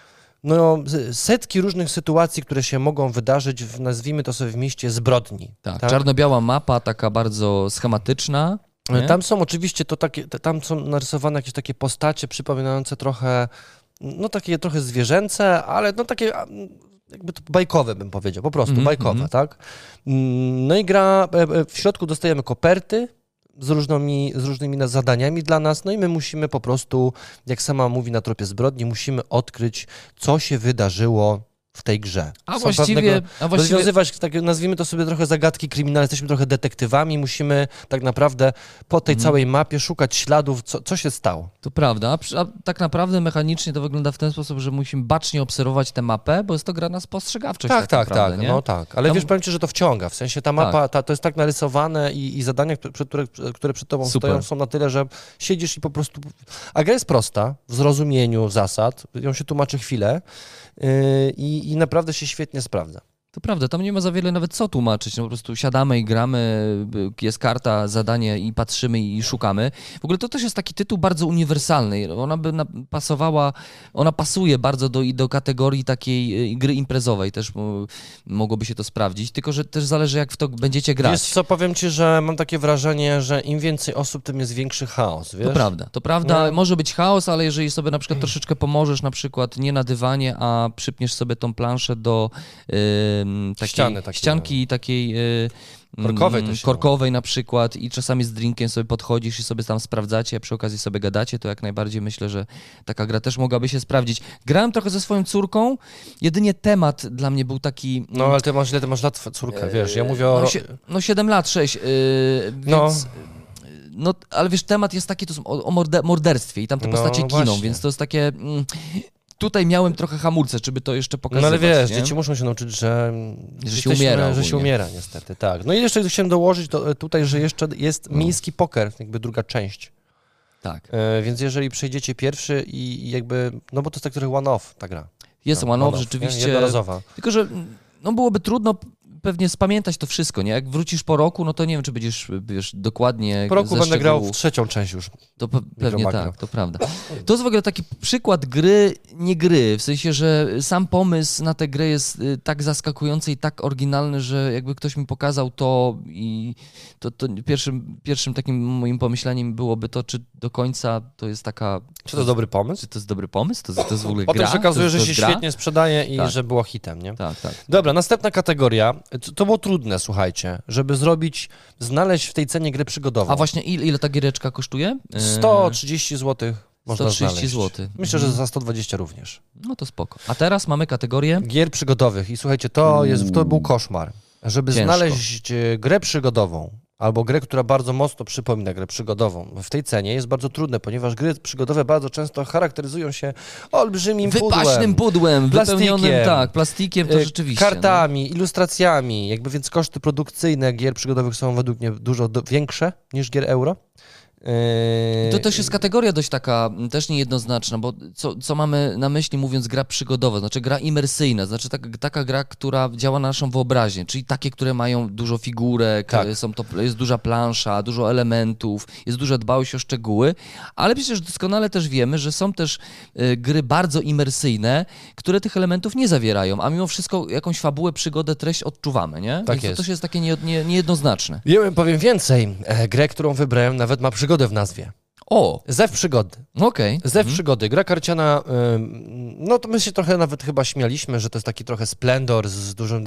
setki różnych sytuacji, które się mogą wydarzyć, nazwijmy to sobie w mieście zbrodni. Tak? Czarno-biała mapa, taka bardzo schematyczna. Nie? Tam są oczywiście tam są narysowane jakieś takie postacie przypominające trochę no takie trochę zwierzęce, ale no takie jakby to bajkowe bym powiedział, po prostu bajkowe, tak? No i w środku dostajemy koperty z różnymi zadaniami dla nas, no i my musimy po prostu, jak sama mówi Na tropie zbrodni, musimy odkryć, co się wydarzyło w tej grze. A właściwie rozwiązywać, tak nazwijmy to sobie trochę zagadki kryminalne, jesteśmy trochę detektywami, musimy tak naprawdę po tej całej mapie szukać śladów, co się stało. To prawda, a tak naprawdę mechanicznie to wygląda w ten sposób, że musimy bacznie obserwować tę mapę, bo jest to gra na spostrzegawczość. Tak, nie? no tak, ale wiesz, powiem ci, że to wciąga, w sensie ta mapa, to jest tak narysowane i zadania, które przed tobą stoją, są na tyle, że siedzisz i po prostu... A gra jest prosta, w zrozumieniu zasad, ją się tłumaczy chwilę, i naprawdę się świetnie sprawdza. To prawda, tam nie ma za wiele nawet co tłumaczyć, no po prostu siadamy i gramy, jest karta, zadanie i patrzymy i szukamy. W ogóle to też jest taki tytuł bardzo uniwersalny, ona pasuje bardzo do kategorii takiej gry imprezowej, też mogłoby się to sprawdzić, tylko że też zależy jak w to będziecie grać. Wiesz co, powiem ci, że mam takie wrażenie, że im więcej osób, tym jest większy chaos, wiesz? To prawda, no. Może być chaos, ale jeżeli sobie na przykład troszeczkę pomożesz, na przykład nie na dywanie, a przypniesz sobie tą planszę do ścianki takiej korkowej na przykład i czasami z drinkiem sobie podchodzisz i sobie tam sprawdzacie, a przy okazji sobie gadacie, to jak najbardziej myślę, że taka gra też mogłaby się sprawdzić. Grałem trochę ze swoją córką, jedynie temat dla mnie był taki... No ale ty masz lat córkę, wiesz, ja mówię o... 7 lat, 6, więc... No, ale wiesz, temat jest taki, to są o morderstwie i tam te postacie giną, więc to jest takie... Tutaj miałem trochę hamulce, żeby to jeszcze pokazywać. No ale wiesz, nie? dzieci muszą się nauczyć, że się umiera niestety, tak. No i jeszcze chciałem dołożyć tutaj, że jeszcze jest miejski poker, jakby druga część. Tak. Więc jeżeli przejdziecie pierwszy i jakby, no bo to jest tak trochę one-off ta gra. Jest one-off rzeczywiście. Jednorazowa. Tylko, że no byłoby trudno pewnie spamiętać to wszystko, nie? Jak wrócisz po roku, no to nie wiem, czy będziesz, wiesz, dokładnie... Po roku będę grał w trzecią część już. To pewnie tak, to prawda. To jest w ogóle taki przykład gry, nie gry, w sensie, że sam pomysł na tę grę jest tak zaskakujący i tak oryginalny, że jakby ktoś mi pokazał to i to pierwszym takim moim pomyśleniem byłoby to, czy do końca to jest taka... Czy to dobry pomysł? Czy to jest dobry pomysł? To jest w ogóle gra? Potem się okazuje, że się świetnie sprzedaje i że było hitem, nie? Tak. Dobra, następna kategoria. To było trudne, słuchajcie, żeby znaleźć w tej cenie grę przygodową. A właśnie ile ta giereczka kosztuje? 130 zł można 130 zł. Myślę, że za 120 również. No to spoko. A teraz mamy kategorię... Gier przygodowych i słuchajcie, to był koszmar. Żeby znaleźć grę przygodową, albo grę, która bardzo mocno przypomina grę przygodową. W tej cenie jest bardzo trudne, ponieważ gry przygodowe bardzo często charakteryzują się olbrzymim wypaśnym pudłem, wypełnionym plastikiem, to rzeczywiście. Kartami, ilustracjami, więc koszty produkcyjne gier przygodowych są według mnie dużo większe niż gier euro. To też jest kategoria dość taka, też niejednoznaczna, bo co mamy na myśli mówiąc gra przygodowa, znaczy gra imersyjna, znaczy taka gra, która działa na naszą wyobraźnię, czyli takie, które mają dużo figurek, jest duża plansza, dużo elementów, jest duża dbałość o szczegóły, ale przecież doskonale też wiemy, że są też gry bardzo imersyjne, które tych elementów nie zawierają, a mimo wszystko jakąś fabułę, przygodę, treść odczuwamy, nie? Tak jest. To też jest takie niejednoznaczne. Ja powiem więcej, grę, którą wybrałem, nawet ma przygodę w nazwie. Zew Przygody. Okej. Zew Przygody. Gra karciana, no to my się trochę nawet chyba śmialiśmy, że to jest taki trochę splendor z dużym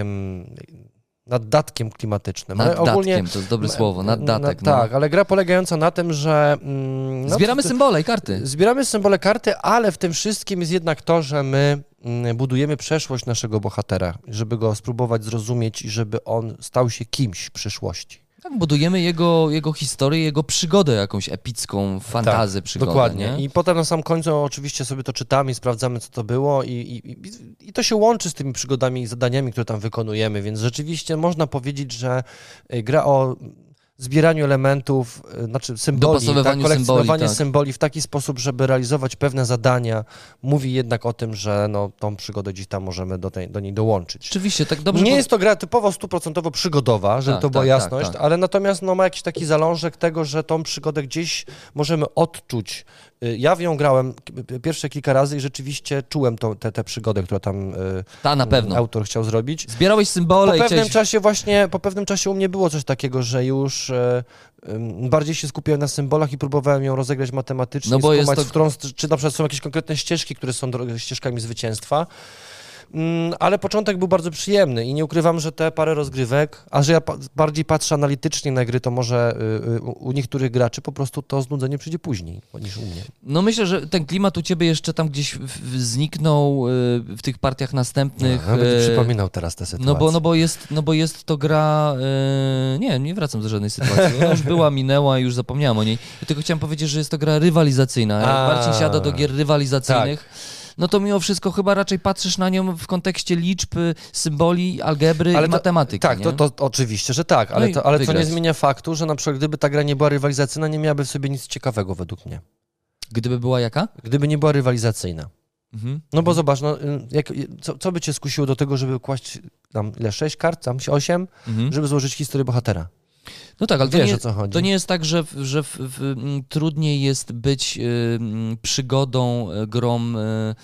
naddatkiem klimatycznym. Naddatkiem, to jest dobre słowo, naddatek. Tak, ale gra polegająca na tym, że... zbieramy symbole i karty. Zbieramy symbole karty, ale w tym wszystkim jest jednak to, że my budujemy przeszłość naszego bohatera, żeby go spróbować zrozumieć i żeby on stał się kimś w przyszłości. Tak, budujemy jego historię, jego przygodę jakąś epicką, fantazję, przygodę. Dokładnie. Nie? I potem na sam końcu oczywiście sobie to czytamy i sprawdzamy, co to było i to się łączy z tymi przygodami i zadaniami, które tam wykonujemy, więc rzeczywiście można powiedzieć, że gra o zbieraniu elementów, znaczy symboli, kolekcjonowanie symboli w taki sposób, żeby realizować pewne zadania, mówi jednak o tym, że tą przygodę gdzieś tam możemy do niej dołączyć. Oczywiście, tak dobrze. Nie jest to gra typowo 100% przygodowa, żeby to była jasność, ale natomiast ma jakiś taki zalążek tego, że tą przygodę gdzieś możemy odczuć Ja w nią grałem pierwsze kilka razy i rzeczywiście czułem tę przygodę, którą tam Na pewno. autor chciał zrobić. Zbierałeś symbole Po pewnym czasie u mnie było coś takiego, że już bardziej się skupiałem na symbolach i próbowałem ją rozegrać matematycznie, No bo jest czy na przykład są jakieś konkretne ścieżki, które są ścieżkami zwycięstwa. Ale początek był bardzo przyjemny i nie ukrywam, że te parę rozgrywek, a że ja bardziej patrzę analitycznie na gry, to może u niektórych graczy po prostu to znudzenie przyjdzie później niż u mnie. No myślę, że ten klimat u ciebie jeszcze tam gdzieś zniknął w tych partiach następnych. Ja będę przypominał teraz tę sytuację. No bo jest to gra... Nie wracam do żadnej sytuacji. Ona już była, minęła i już zapomniałem o niej. Ja tylko chciałem powiedzieć, że jest to gra rywalizacyjna. Jak Marcin siada do gier rywalizacyjnych, tak, no to mimo wszystko chyba raczej patrzysz na nią w kontekście liczb, symboli, algebry i matematyki. Tak, nie? to oczywiście, że tak, ale to nie zmienia faktu, że na przykład gdyby ta gra nie była rywalizacyjna, nie miałaby w sobie nic ciekawego według mnie. Gdyby była jaka? Gdyby nie była rywalizacyjna. No bo zobacz, co by cię skusiło do tego, żeby kłaść tam 6 kart, tam 8, żeby złożyć historię bohatera? No tak, ale wiesz, o co chodzi. To nie jest tak, że trudniej jest być przygodą, grą,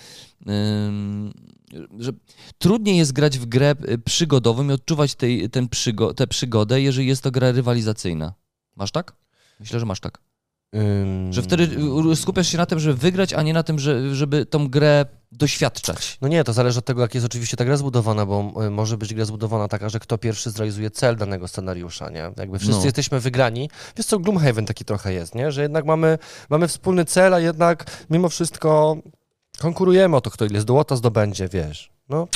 że trudniej jest grać w grę przygodową i odczuwać tę przygodę, jeżeli jest to gra rywalizacyjna. Masz tak? Myślę, że masz tak. Że wtedy skupiasz się na tym, żeby wygrać, a nie na tym, żeby tą grę doświadczać. No nie, to zależy od tego, jak jest oczywiście ta gra zbudowana, bo może być gra zbudowana taka, że kto pierwszy zrealizuje cel danego scenariusza, nie? Jakby wszyscy jesteśmy wygrani. Wiesz co, Gloomhaven taki trochę jest, nie? Że jednak mamy wspólny cel, a jednak mimo wszystko konkurujemy o to, kto ile złota zdobędzie, wiesz.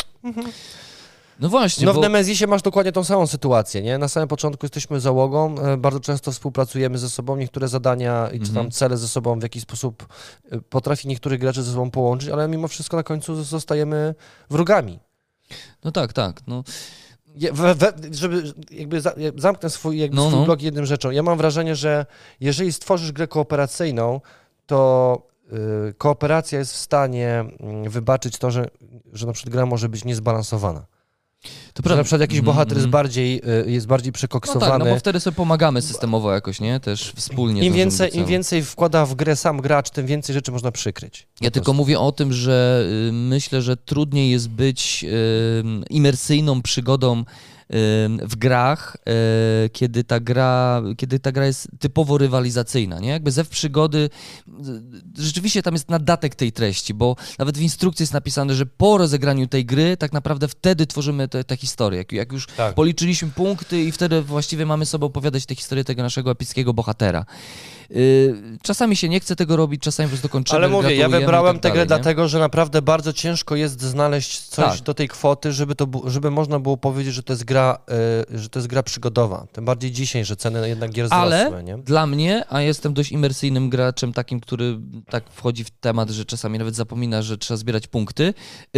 No właśnie. W Nemezisie masz dokładnie tą samą sytuację, nie? Na samym początku jesteśmy załogą, bardzo często współpracujemy ze sobą, niektóre zadania czy tam cele ze sobą w jakiś sposób potrafi niektórych graczy ze sobą połączyć, ale mimo wszystko na końcu zostajemy wrogami. No tak. No. Żeby jakby zamknę swój blog jedną rzeczą. Ja mam wrażenie, że jeżeli stworzysz grę kooperacyjną, to kooperacja jest w stanie wybaczyć to, że na przykład gra może być niezbalansowana. Że na przykład jakiś bohater jest bardziej przekoksowany. No tak, no bo wtedy sobie pomagamy systemowo jakoś, nie? Też wspólnie. Im więcej wkłada w grę sam gracz, tym więcej rzeczy można przykryć. Ja tylko mówię o tym, że myślę, że trudniej jest być imersyjną przygodą w grach, kiedy ta gra jest typowo rywalizacyjna, nie? Jakby zew przygody, rzeczywiście tam jest nadatek tej treści, bo nawet w instrukcji jest napisane, że po rozegraniu tej gry tak naprawdę wtedy tworzymy tę historię. Jak już policzyliśmy punkty i wtedy właściwie mamy sobie opowiadać tę historię tego naszego epickiego bohatera. Czasami się nie chce tego robić, czasami po prostu kończymy. Ale mówię, ja wybrałem tę grę dlatego, że naprawdę bardzo ciężko jest znaleźć coś do tej kwoty, żeby można było powiedzieć, że to jest gra przygodowa. Tym bardziej dzisiaj, że ceny jednak gier wzrosły. Ale dla mnie, a jestem dość imersyjnym graczem, takim, który tak wchodzi w temat, że czasami nawet zapomina, że trzeba zbierać punkty,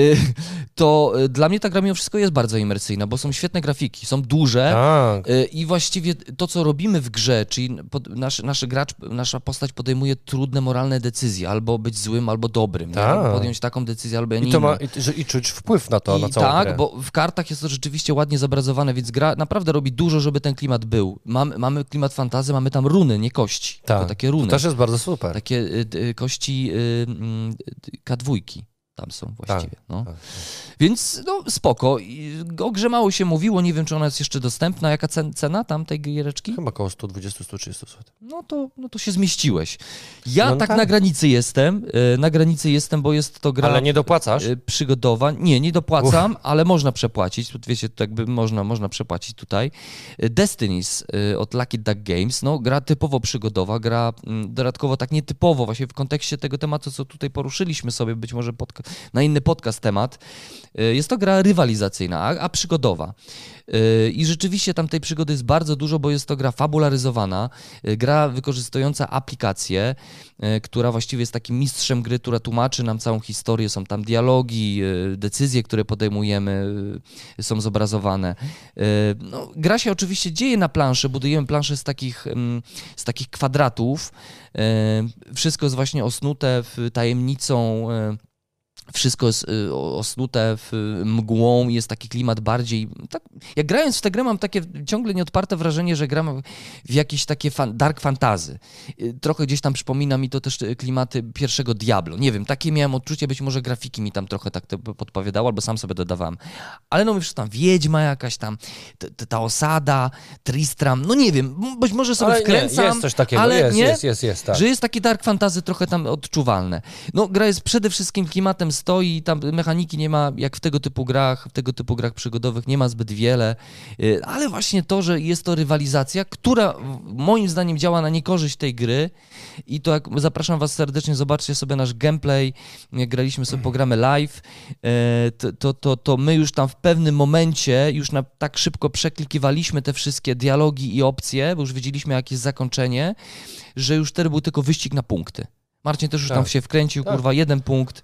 to dla mnie ta gra mimo wszystko jest bardzo imersyjna, bo są świetne grafiki, są duże i właściwie to, co robimy w grze, czyli nasza postać podejmuje trudne moralne decyzje, albo być złym, albo dobrym. Albo podjąć taką decyzję, albo nie inną. I czuć wpływ na to, na całą grę. Tak, bo w kartach jest to rzeczywiście ładnie zobrazowane, więc gra naprawdę robi dużo, żeby ten klimat był. Mamy klimat fantasy, mamy tam runy, nie kości. Tylko takie runy. To też jest bardzo super. Takie kości K2 tam są właściwie. Więc spoko. O grze mało się mówiło, nie wiem, czy ona jest jeszcze dostępna. Jaka cena tam tej giereczki? Chyba około 120-130 zł. No to się zmieściłeś. Ja na granicy jestem, bo jest to gra... Ale nie dopłacasz? Przygodowa. Nie dopłacam, ale można przepłacić. Wiecie, to jakby można przepłacić tutaj. Destinies od Lucky Duck Games. Gra typowo przygodowa, gra dodatkowo tak nietypowo, właśnie w kontekście tego tematu, co tutaj poruszyliśmy sobie, być może na inny podcast temat. Jest to gra rywalizacyjna, a przygodowa. I rzeczywiście tam tej przygody jest bardzo dużo, bo jest to gra fabularyzowana, gra wykorzystująca aplikację, która właściwie jest takim mistrzem gry, która tłumaczy nam całą historię. Są tam dialogi, decyzje, które podejmujemy, są zobrazowane. Gra się oczywiście dzieje na planszy, budujemy planszę z takich kwadratów. Wszystko jest właśnie osnute tajemnicą Wszystko jest osnute mgłą, jest taki klimat bardziej... Tak, jak grając w tę grę mam takie ciągle nieodparte wrażenie, że gram w jakieś takie dark fantasy. Trochę gdzieś tam przypomina mi to też klimaty pierwszego Diablo. Nie wiem, takie miałem odczucie, być może grafiki mi tam trochę tak to podpowiadały, albo sam sobie dodawałem. Ale no mówisz, tam wiedźma jakaś tam, ta osada, Tristram, no nie wiem, być może sobie ale wkręcam. Nie, jest coś takiego, ale jest, tak. Że jest takie dark fantasy trochę tam odczuwalne. No gra jest przede wszystkim klimatem stoi, tam mechaniki nie ma, jak w tego typu grach przygodowych nie ma zbyt wiele, ale właśnie to, że jest to rywalizacja, która moim zdaniem działa na niekorzyść tej gry i to jak zapraszam was serdecznie, zobaczcie sobie nasz gameplay, jak graliśmy sobie programy live, to my już tam w pewnym momencie już tak szybko przeklikiwaliśmy te wszystkie dialogi i opcje, bo już wiedzieliśmy, jakie jest zakończenie, że już wtedy był tylko wyścig na punkty. Marcin też już tam się wkręcił, kurwa, 1 punkt.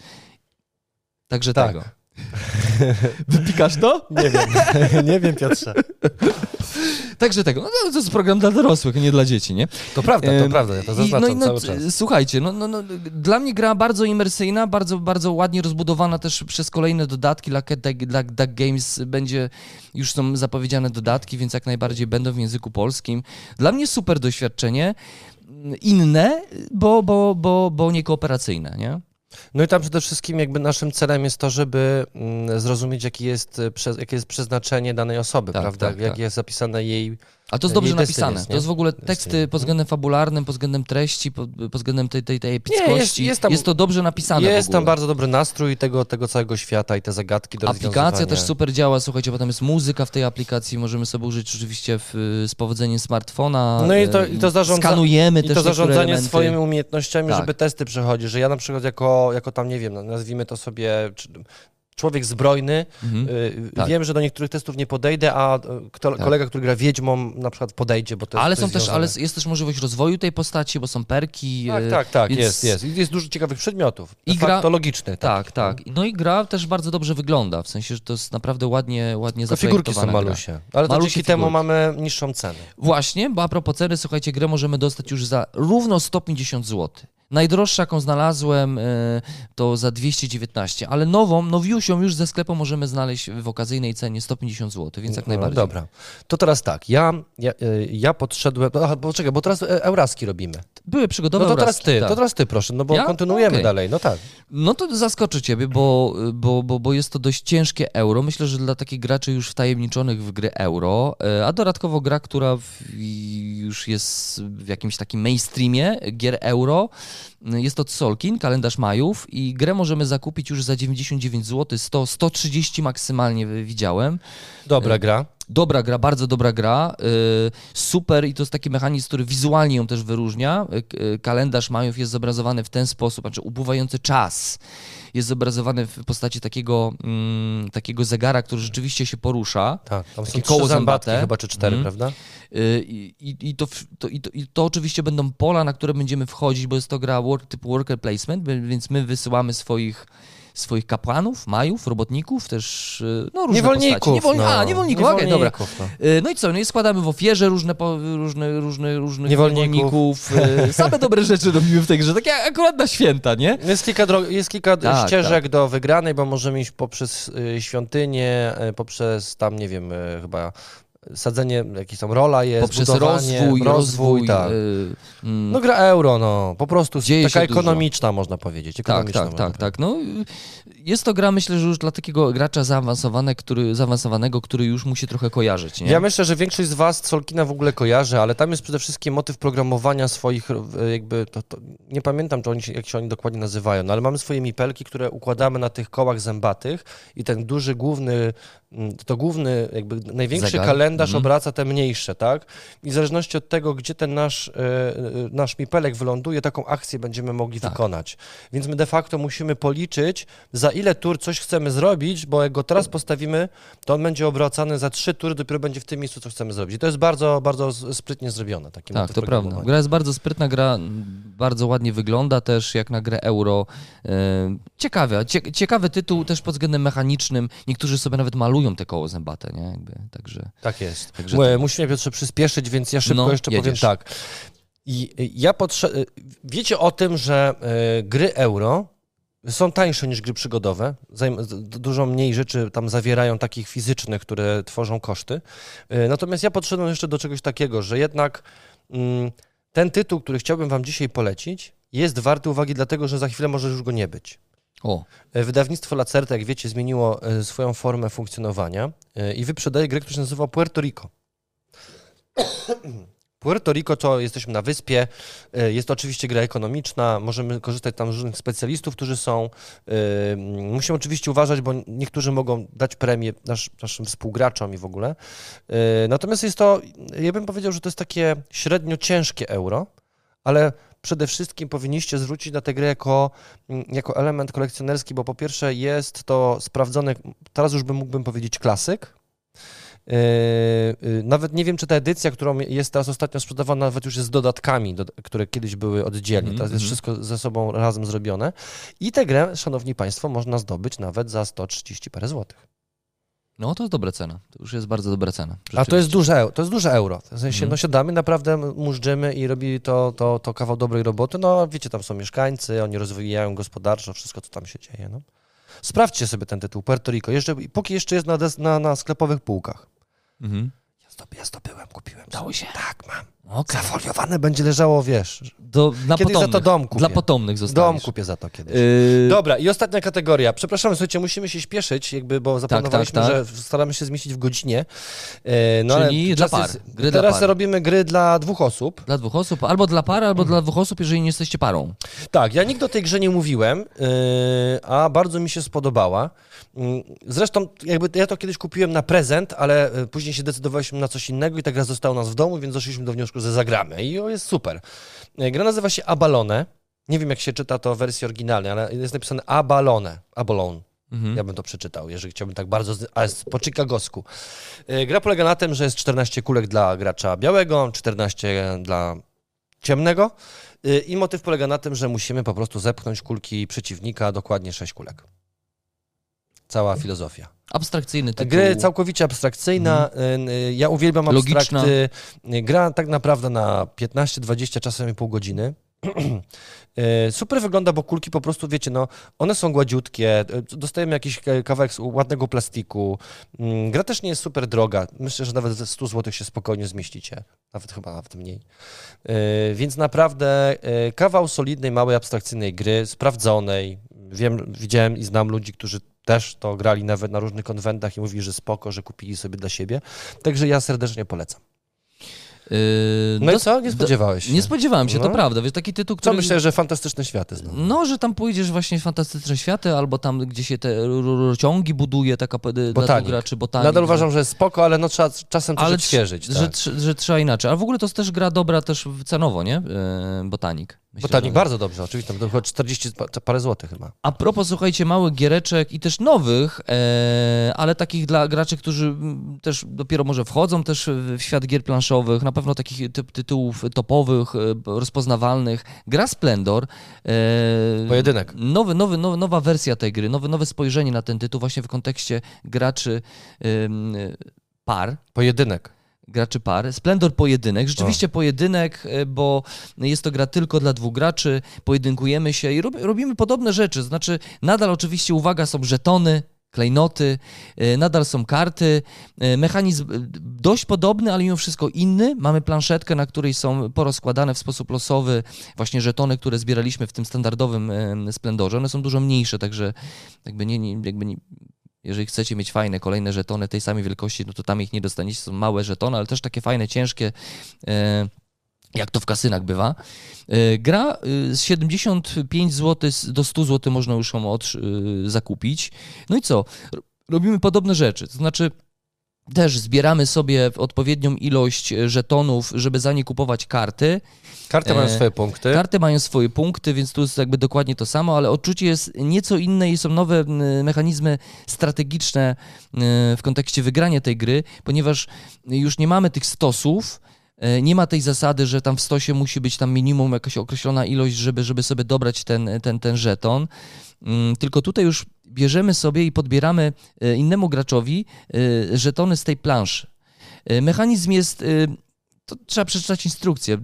Także tak. tego. Wypikasz to? Nie wiem, nie wiem, Piotrze. Także tego. No to jest program dla dorosłych, nie dla dzieci, nie? To prawda, ja to zaznaczam cały czas. Słuchajcie, dla mnie gra bardzo imersyjna, bardzo, bardzo ładnie rozbudowana też przez kolejne dodatki. Dla Duck Games będzie, już są zapowiedziane dodatki, więc jak najbardziej będą w języku polskim. Dla mnie super doświadczenie. Inne, bo nie kooperacyjne, nie? No i tam przede wszystkim jakby naszym celem jest to, żeby zrozumieć, jakie jest przeznaczenie danej osoby, prawda? Jak jest zapisane jej... A to jest dobrze napisane. Jest, to jest w ogóle teksty pod względem fabularnym, pod względem treści, pod względem tej epickości. Jest to dobrze napisane. Jest tam bardzo dobry nastrój tego całego świata i te zagadki do rozwiązywania. Aplikacja też super działa, słuchajcie, bo tam jest muzyka w tej aplikacji, możemy sobie użyć oczywiście z powodzeniem smartfona. No i to skanujemy też i to zarządzanie elementy. swoimi umiejętnościami, żeby testy przechodzić, że ja na przykład jako tam, nie wiem, nazwijmy to sobie... Człowiek zbrojny, wiem, że do niektórych testów nie podejdę, a kolega, który gra wiedźmą, na przykład podejdzie, bo to jest ale jest też możliwość rozwoju tej postaci, bo są perki. Tak, więc... jest. Jest dużo ciekawych przedmiotów. I gra logiczny. Tak. No i gra też bardzo dobrze wygląda, w sensie, że to jest naprawdę ładnie zaprojektowana. Figurki są malusie, ale to dzięki temu mamy niższą cenę. Właśnie, bo a propos ceny, słuchajcie, grę możemy dostać już za równo 150 zł. Najdroższa, jaką znalazłem, to za 219, ale nowiusią już ze sklepu możemy znaleźć w okazyjnej cenie 150 zł, więc jak najbardziej. Dobra, to teraz tak, ja podszedłem, poczekaj, bo teraz Euraski robimy. Były przygodowe to Euraski. teraz ty proszę, no bo kontynuujemy dalej, no tak. No to zaskoczę ciebie, bo jest to dość ciężkie euro, myślę, że dla takich graczy już wtajemniczonych w gry euro, a dodatkowo gra, która już jest w jakimś takim mainstreamie gier euro. Jest to Tzolk'in, kalendarz Majów i grę możemy zakupić już za 99 zł, 130 maksymalnie widziałem. Dobra gra. Dobra gra, bardzo dobra gra, super i to jest taki mechanizm, który wizualnie ją też wyróżnia. Kalendarz Majów jest zobrazowany w ten sposób, znaczy upływający czas jest zobrazowany w postaci takiego zegara, który rzeczywiście się porusza. Tak, tam są 3 zębatki chyba, czy 4, prawda? I to oczywiście będą pola, na które będziemy wchodzić, bo jest to gra typu worker placement, więc my wysyłamy swoich kapłanów, majów, robotników, też różne niewolników. Postaci. Niewolników, okej, dobra. No. No i co, no i składamy w ofierze różnych niewolników. Same dobre rzeczy robimy w tej grze, takie akurat na święta, nie? Jest kilka ścieżek do wygranej, bo możemy iść poprzez świątynię, poprzez tam, nie wiem, chyba... Sadzenie, jakieś tam rola jest, poprzez rozwój tak. No gra euro, po prostu taka ekonomiczna dużo. Można powiedzieć. Tak. No, jest to gra, myślę, że już dla takiego gracza zaawansowanego, który już musi trochę kojarzyć, nie? Ja myślę, że większość z was Tzolk'ina w ogóle kojarzy, ale tam jest przede wszystkim motyw programowania swoich, jakby, nie pamiętam, jak się oni dokładnie nazywają, no, ale mamy swoje mipelki, które układamy na tych kołach zębatych i ten duży, główny, jakby największy kalendarz obraca te mniejsze, tak? I w zależności od tego, gdzie ten nasz mipelek wyląduje, taką akcję będziemy mogli wykonać. Więc my de facto musimy policzyć, za ile tur coś chcemy zrobić, bo jak go teraz postawimy, to on będzie obracany za 3 tury, dopiero będzie w tym miejscu, co chcemy zrobić. I to jest bardzo, bardzo sprytnie zrobione. Tak, to prawda. Gra jest bardzo sprytna, gra bardzo ładnie wygląda też, jak na grę euro. Ciekawy tytuł też pod względem mechanicznym. Niektórzy sobie nawet malują te koło zębate, nie? Jakby, także... Tak jest. Musimy, Piotrze, przyspieszyć, więc ja szybko jeszcze powiem tak. Wiecie o tym, że gry euro Są tańsze niż gry przygodowe, dużo mniej rzeczy tam zawierają takich fizycznych, które tworzą koszty. Natomiast ja podszedłem jeszcze do czegoś takiego, że jednak ten tytuł, który chciałbym wam dzisiaj polecić, jest warty uwagi dlatego, że za chwilę może już go nie być. O. Wydawnictwo Lacerta, jak wiecie, zmieniło swoją formę funkcjonowania i wyprzedaje grę, która się nazywa Puerto Rico. Puerto Rico to jesteśmy na wyspie, jest to oczywiście gra ekonomiczna, możemy korzystać tam z różnych specjalistów, którzy są. Musimy oczywiście uważać, bo niektórzy mogą dać premię naszym współgraczom i w ogóle. Natomiast jest to, ja bym powiedział, że to jest takie średnio ciężkie euro, ale przede wszystkim powinniście zwrócić na tę grę jako element kolekcjonerski, bo po pierwsze jest to sprawdzony, teraz już mógłbym powiedzieć klasyk. Nawet nie wiem, czy ta edycja, którą jest teraz ostatnio sprzedawana, nawet już jest z dodatkami, które kiedyś były oddzielnie. Teraz jest wszystko ze sobą razem zrobione. I tę grę, szanowni państwo, można zdobyć nawet za 130 parę złotych. No to jest dobra cena. To już jest bardzo dobra cena. A to jest duże euro. W sensie, no siadamy, naprawdę murzymy i robi to kawał dobrej roboty. No wiecie, tam są mieszkańcy, oni rozwijają gospodarczo wszystko, co tam się dzieje. No. Sprawdźcie sobie ten tytuł, Puerto Rico, póki jeszcze jest na sklepowych półkach. Ja zdobyłem, kupiłem. Dało się? Tak, mam. Okay. Zafoliowane będzie leżało, wiesz. Kiedyś za to dom kupię. Dla potomnych zostaniesz. Dom kupię za to kiedyś. Dobra, i ostatnia kategoria. Przepraszam, słuchajcie, musimy się śpieszyć, bo zaplanowaliśmy, że staramy się zmieścić w godzinie. No, czyli dla par. Teraz robimy gry dla 2 osób. Dla 2 osób, albo dla pary, albo dla 2 osób, jeżeli nie jesteście parą. Tak, ja nigdy o tej grze nie mówiłem, a bardzo mi się spodobała. Zresztą ja to kiedyś kupiłem na prezent, ale później się decydowaliśmy na coś innego i ta gra została u nas w domu, więc doszliśmy do wniosku, że zagramy i jest super. Gra nazywa się Abalone. Nie wiem, jak się czyta to w wersji oryginalnej, ale jest napisane Abalone. Ja bym to przeczytał, jeżeli chciałbym tak bardzo, ale po chicagowsku. Gra polega na tym, że jest 14 kulek dla gracza białego, 14 dla ciemnego i motyw polega na tym, że musimy po prostu zepchnąć kulki przeciwnika, dokładnie 6 kulek. Cała filozofia. Abstrakcyjny tytuł. Gry całkowicie abstrakcyjna. Ja uwielbiam abstrakty. Logiczna. Gra tak naprawdę na 15-20, czasem pół godziny. Super wygląda, bo kulki po prostu, wiecie, no, one są gładziutkie, dostajemy jakiś kawałek ładnego plastiku. Gra też nie jest super droga. Myślę, że nawet ze 100 zł się spokojnie zmieścicie. Nawet mniej. Więc naprawdę kawał solidnej, małej, abstrakcyjnej gry, sprawdzonej. Widziałem i znam ludzi, którzy też to grali nawet na różnych konwentach i mówili, że spoko, że kupili sobie dla siebie. Także ja serdecznie polecam. No i co? Nie spodziewałeś się? Nie spodziewałem się, to prawda. Wiesz, taki tytuł, który... Co myślę, że fantastyczne światy znowu. No, że tam pójdziesz właśnie w fantastyczne światy, albo tam, gdzie się te rurociągi buduje, taka dla graczy botanik. Nadal uważam, że jest spoko, ale no trzeba czasem coś odświeżyć. Że trzeba inaczej. Ale w ogóle to jest też gra dobra też cenowo, nie? Botanik. Myślę, botanik bardzo dobrze, oczywiście, to chyba 40 parę złotych chyba. A propos, słuchajcie, małych giereczek i też nowych, ale takich dla graczy, którzy też dopiero może wchodzą też w świat gier planszowych, na pewno takich tytułów topowych, rozpoznawalnych. Gra Splendor. Pojedynek. Nowa wersja tej gry, nowe spojrzenie na ten tytuł właśnie w kontekście graczy par. Pojedynek. Graczy par. Splendor pojedynek. Rzeczywiście pojedynek, bo jest to gra tylko dla 2 graczy. Pojedynkujemy się i robimy podobne rzeczy. Znaczy, nadal oczywiście, uwaga, są żetony, klejnoty, nadal są karty. Mechanizm dość podobny, ale mimo wszystko inny. Mamy planszetkę, na której są porozkładane w sposób losowy właśnie żetony, które zbieraliśmy w tym standardowym Splendorze. One są dużo mniejsze, także jakby nie jeżeli chcecie mieć fajne kolejne żetony tej samej wielkości, no to tam ich nie dostaniecie, są małe żetony, ale też takie fajne, ciężkie, jak to w kasynach bywa. Gra z 75 zł do 100 zł można już ją zakupić. No i co? Robimy podobne rzeczy, to znaczy też zbieramy sobie odpowiednią ilość żetonów, żeby za nie kupować karty. Karty mają swoje punkty. Karty mają swoje punkty, więc tu jest jakby dokładnie to samo, ale odczucie jest nieco inne i są nowe mechanizmy strategiczne w kontekście wygrania tej gry, ponieważ już nie mamy tych stosów, nie ma tej zasady, że tam w stosie musi być tam minimum jakaś określona ilość, żeby sobie dobrać ten żeton, tylko tutaj już bierzemy sobie i podbieramy innemu graczowi żetony z tej planszy. Mechanizm jest, to trzeba przeczytać instrukcję,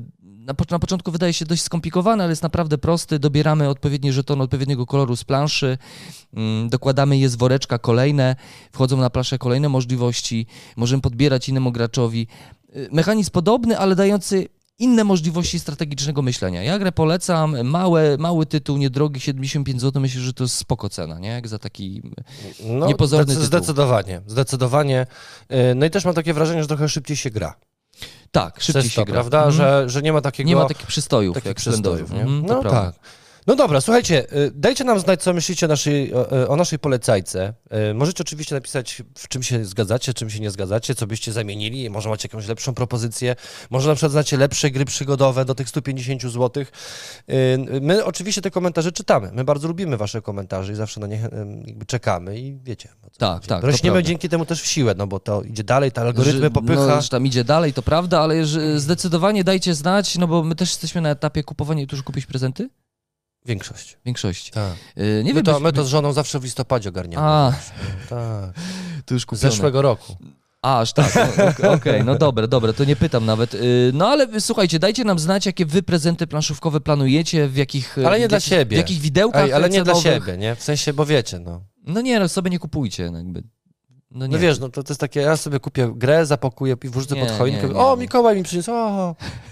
na początku wydaje się dość skomplikowany, ale jest naprawdę prosty. Dobieramy odpowiedni żeton odpowiedniego koloru z planszy, dokładamy je z woreczka kolejne, wchodzą na planszę kolejne możliwości, możemy podbierać innemu graczowi. Mechanizm podobny, ale dający inne możliwości strategicznego myślenia. Ja grę polecam, mały tytuł, niedrogi, 75 zł, myślę, że to jest spoko cena, nie? Jak za taki niepozorny tytuł. Zdecydowanie. No i też mam takie wrażenie, że trochę szybciej się gra. Tak, szybciej się gra. Prawda? Że nie ma takiego... Nie ma takich przystojów, jak Splendorów. Nie? No tak. No dobra, słuchajcie, dajcie nam znać, co myślicie o naszej polecajce. Możecie oczywiście napisać, w czym się zgadzacie, czym się nie zgadzacie, co byście zamienili, może macie jakąś lepszą propozycję, może na przykład znacie lepsze gry przygodowe do tych 150 zł. My oczywiście te komentarze czytamy, my bardzo lubimy wasze komentarze i zawsze na nie jakby czekamy i wiecie. Tak. Rośniemy dzięki temu też w siłę, no bo to idzie dalej, te algorytmy popycha. No, że tam idzie dalej, to prawda, ale zdecydowanie dajcie znać, no bo my też jesteśmy na etapie kupowania. Tu już kupić prezenty? Większość. Tak. Nie my to z żoną zawsze w listopadzie ogarniamy. Tak. To już kupione. Z zeszłego roku. Aż tak, okej, no dobra, to nie pytam nawet. No ale słuchajcie, dajcie nam znać, jakie wy prezenty planszówkowe planujecie, w jakich... Ale nie dla siebie. W jakich widełkach ale nie cenowych. dla siebie, nie? W sensie, bo wiecie, no. No nie, no sobie nie kupujcie, no jakby. No, nie. No wiesz, no to jest takie, ja sobie kupię grę, zapakuję i wrzucę pod choinkę. O, Mikołaj mi przyniósł, o.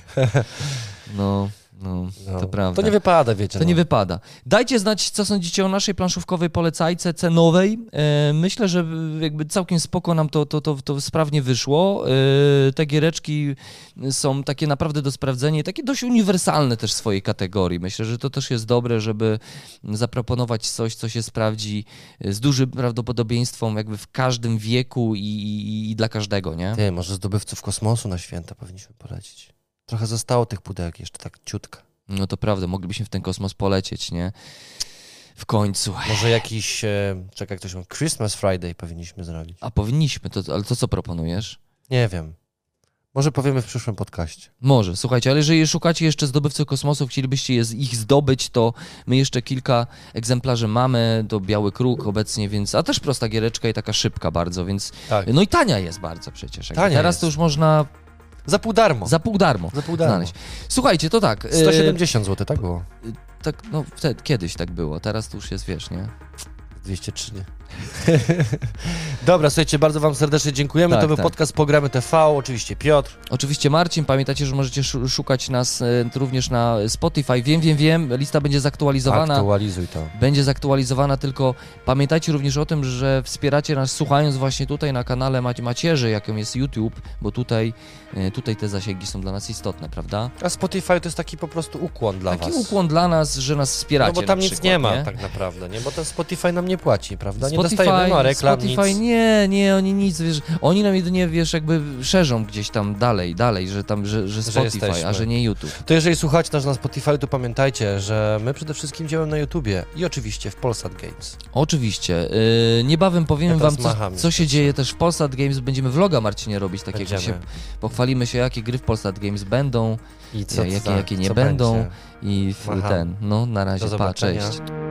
No, to prawda. To nie wypada, wiecie. To nie wypada. Dajcie znać, co sądzicie o naszej planszówkowej polecajce cenowej. Myślę, że jakby całkiem spoko nam to sprawnie wyszło. Te giereczki są takie naprawdę do sprawdzenia, takie dość uniwersalne też w swojej kategorii. Myślę, że to też jest dobre, żeby zaproponować coś, co się sprawdzi z dużym prawdopodobieństwem jakby w każdym wieku i dla każdego, nie? Ty, może zdobywców kosmosu na święta powinniśmy polecić. Trochę zostało tych pudełek jeszcze tak ciutka. No to prawda, moglibyśmy w ten kosmos polecieć, nie? W końcu. Może jakiś, jak ktoś mówi, Christmas Friday powinniśmy zrobić. A powinniśmy, ale to co proponujesz? Nie wiem. Może powiemy w przyszłym podcaście. Może, słuchajcie, ale jeżeli szukacie jeszcze zdobywców kosmosu, chcielibyście ich zdobyć, to my jeszcze kilka egzemplarzy mamy, to Biały Kruk obecnie, więc, a też prosta giereczka i taka szybka bardzo, więc, tak. No i tania jest bardzo przecież. Tania teraz jest. To już można... Za pół darmo. Znaleźć. Słuchajcie, to tak. 170 zł, tak było? Tak, no kiedyś tak było, teraz to już jest, wiesz, nie? 203, nie? Dobra, słuchajcie, bardzo wam serdecznie dziękujemy. Tak, to był podcast Pogramy TV, oczywiście Piotr. Oczywiście Marcin, pamiętajcie, że możecie szukać nas również na Spotify. Wiem, lista będzie zaktualizowana. Aktualizuj to. Będzie zaktualizowana, tylko pamiętajcie również o tym, że wspieracie nas słuchając właśnie tutaj na kanale macierzy, jakim jest YouTube, bo tutaj te zasięgi są dla nas istotne, prawda? A Spotify to jest taki po prostu ukłon dla was. Taki ukłon dla nas, że nas wspieracie. No bo tam nic nie ma nie? tak naprawdę, nie? Bo ten Spotify nam nie płaci, prawda? Spotify, nie dostajemy reklam, Spotify, nic. Nie, oni nic, wiesz, oni nam jedynie, wiesz, jakby szerzą gdzieś tam dalej, że Spotify, a że nie YouTube. To jeżeli słuchacie nas na Spotify, to pamiętajcie, że my przede wszystkim działamy na YouTubie i oczywiście w Polsat Games. Oczywiście. Niebawem powiemy wam, co się dzieje też w Polsat Games. Będziemy vloga, Marcinie, robić takiego. Pochwalimy się, jakie gry w Polsat Games będą, i jakie nie będą. Będzie. I na razie, cześć.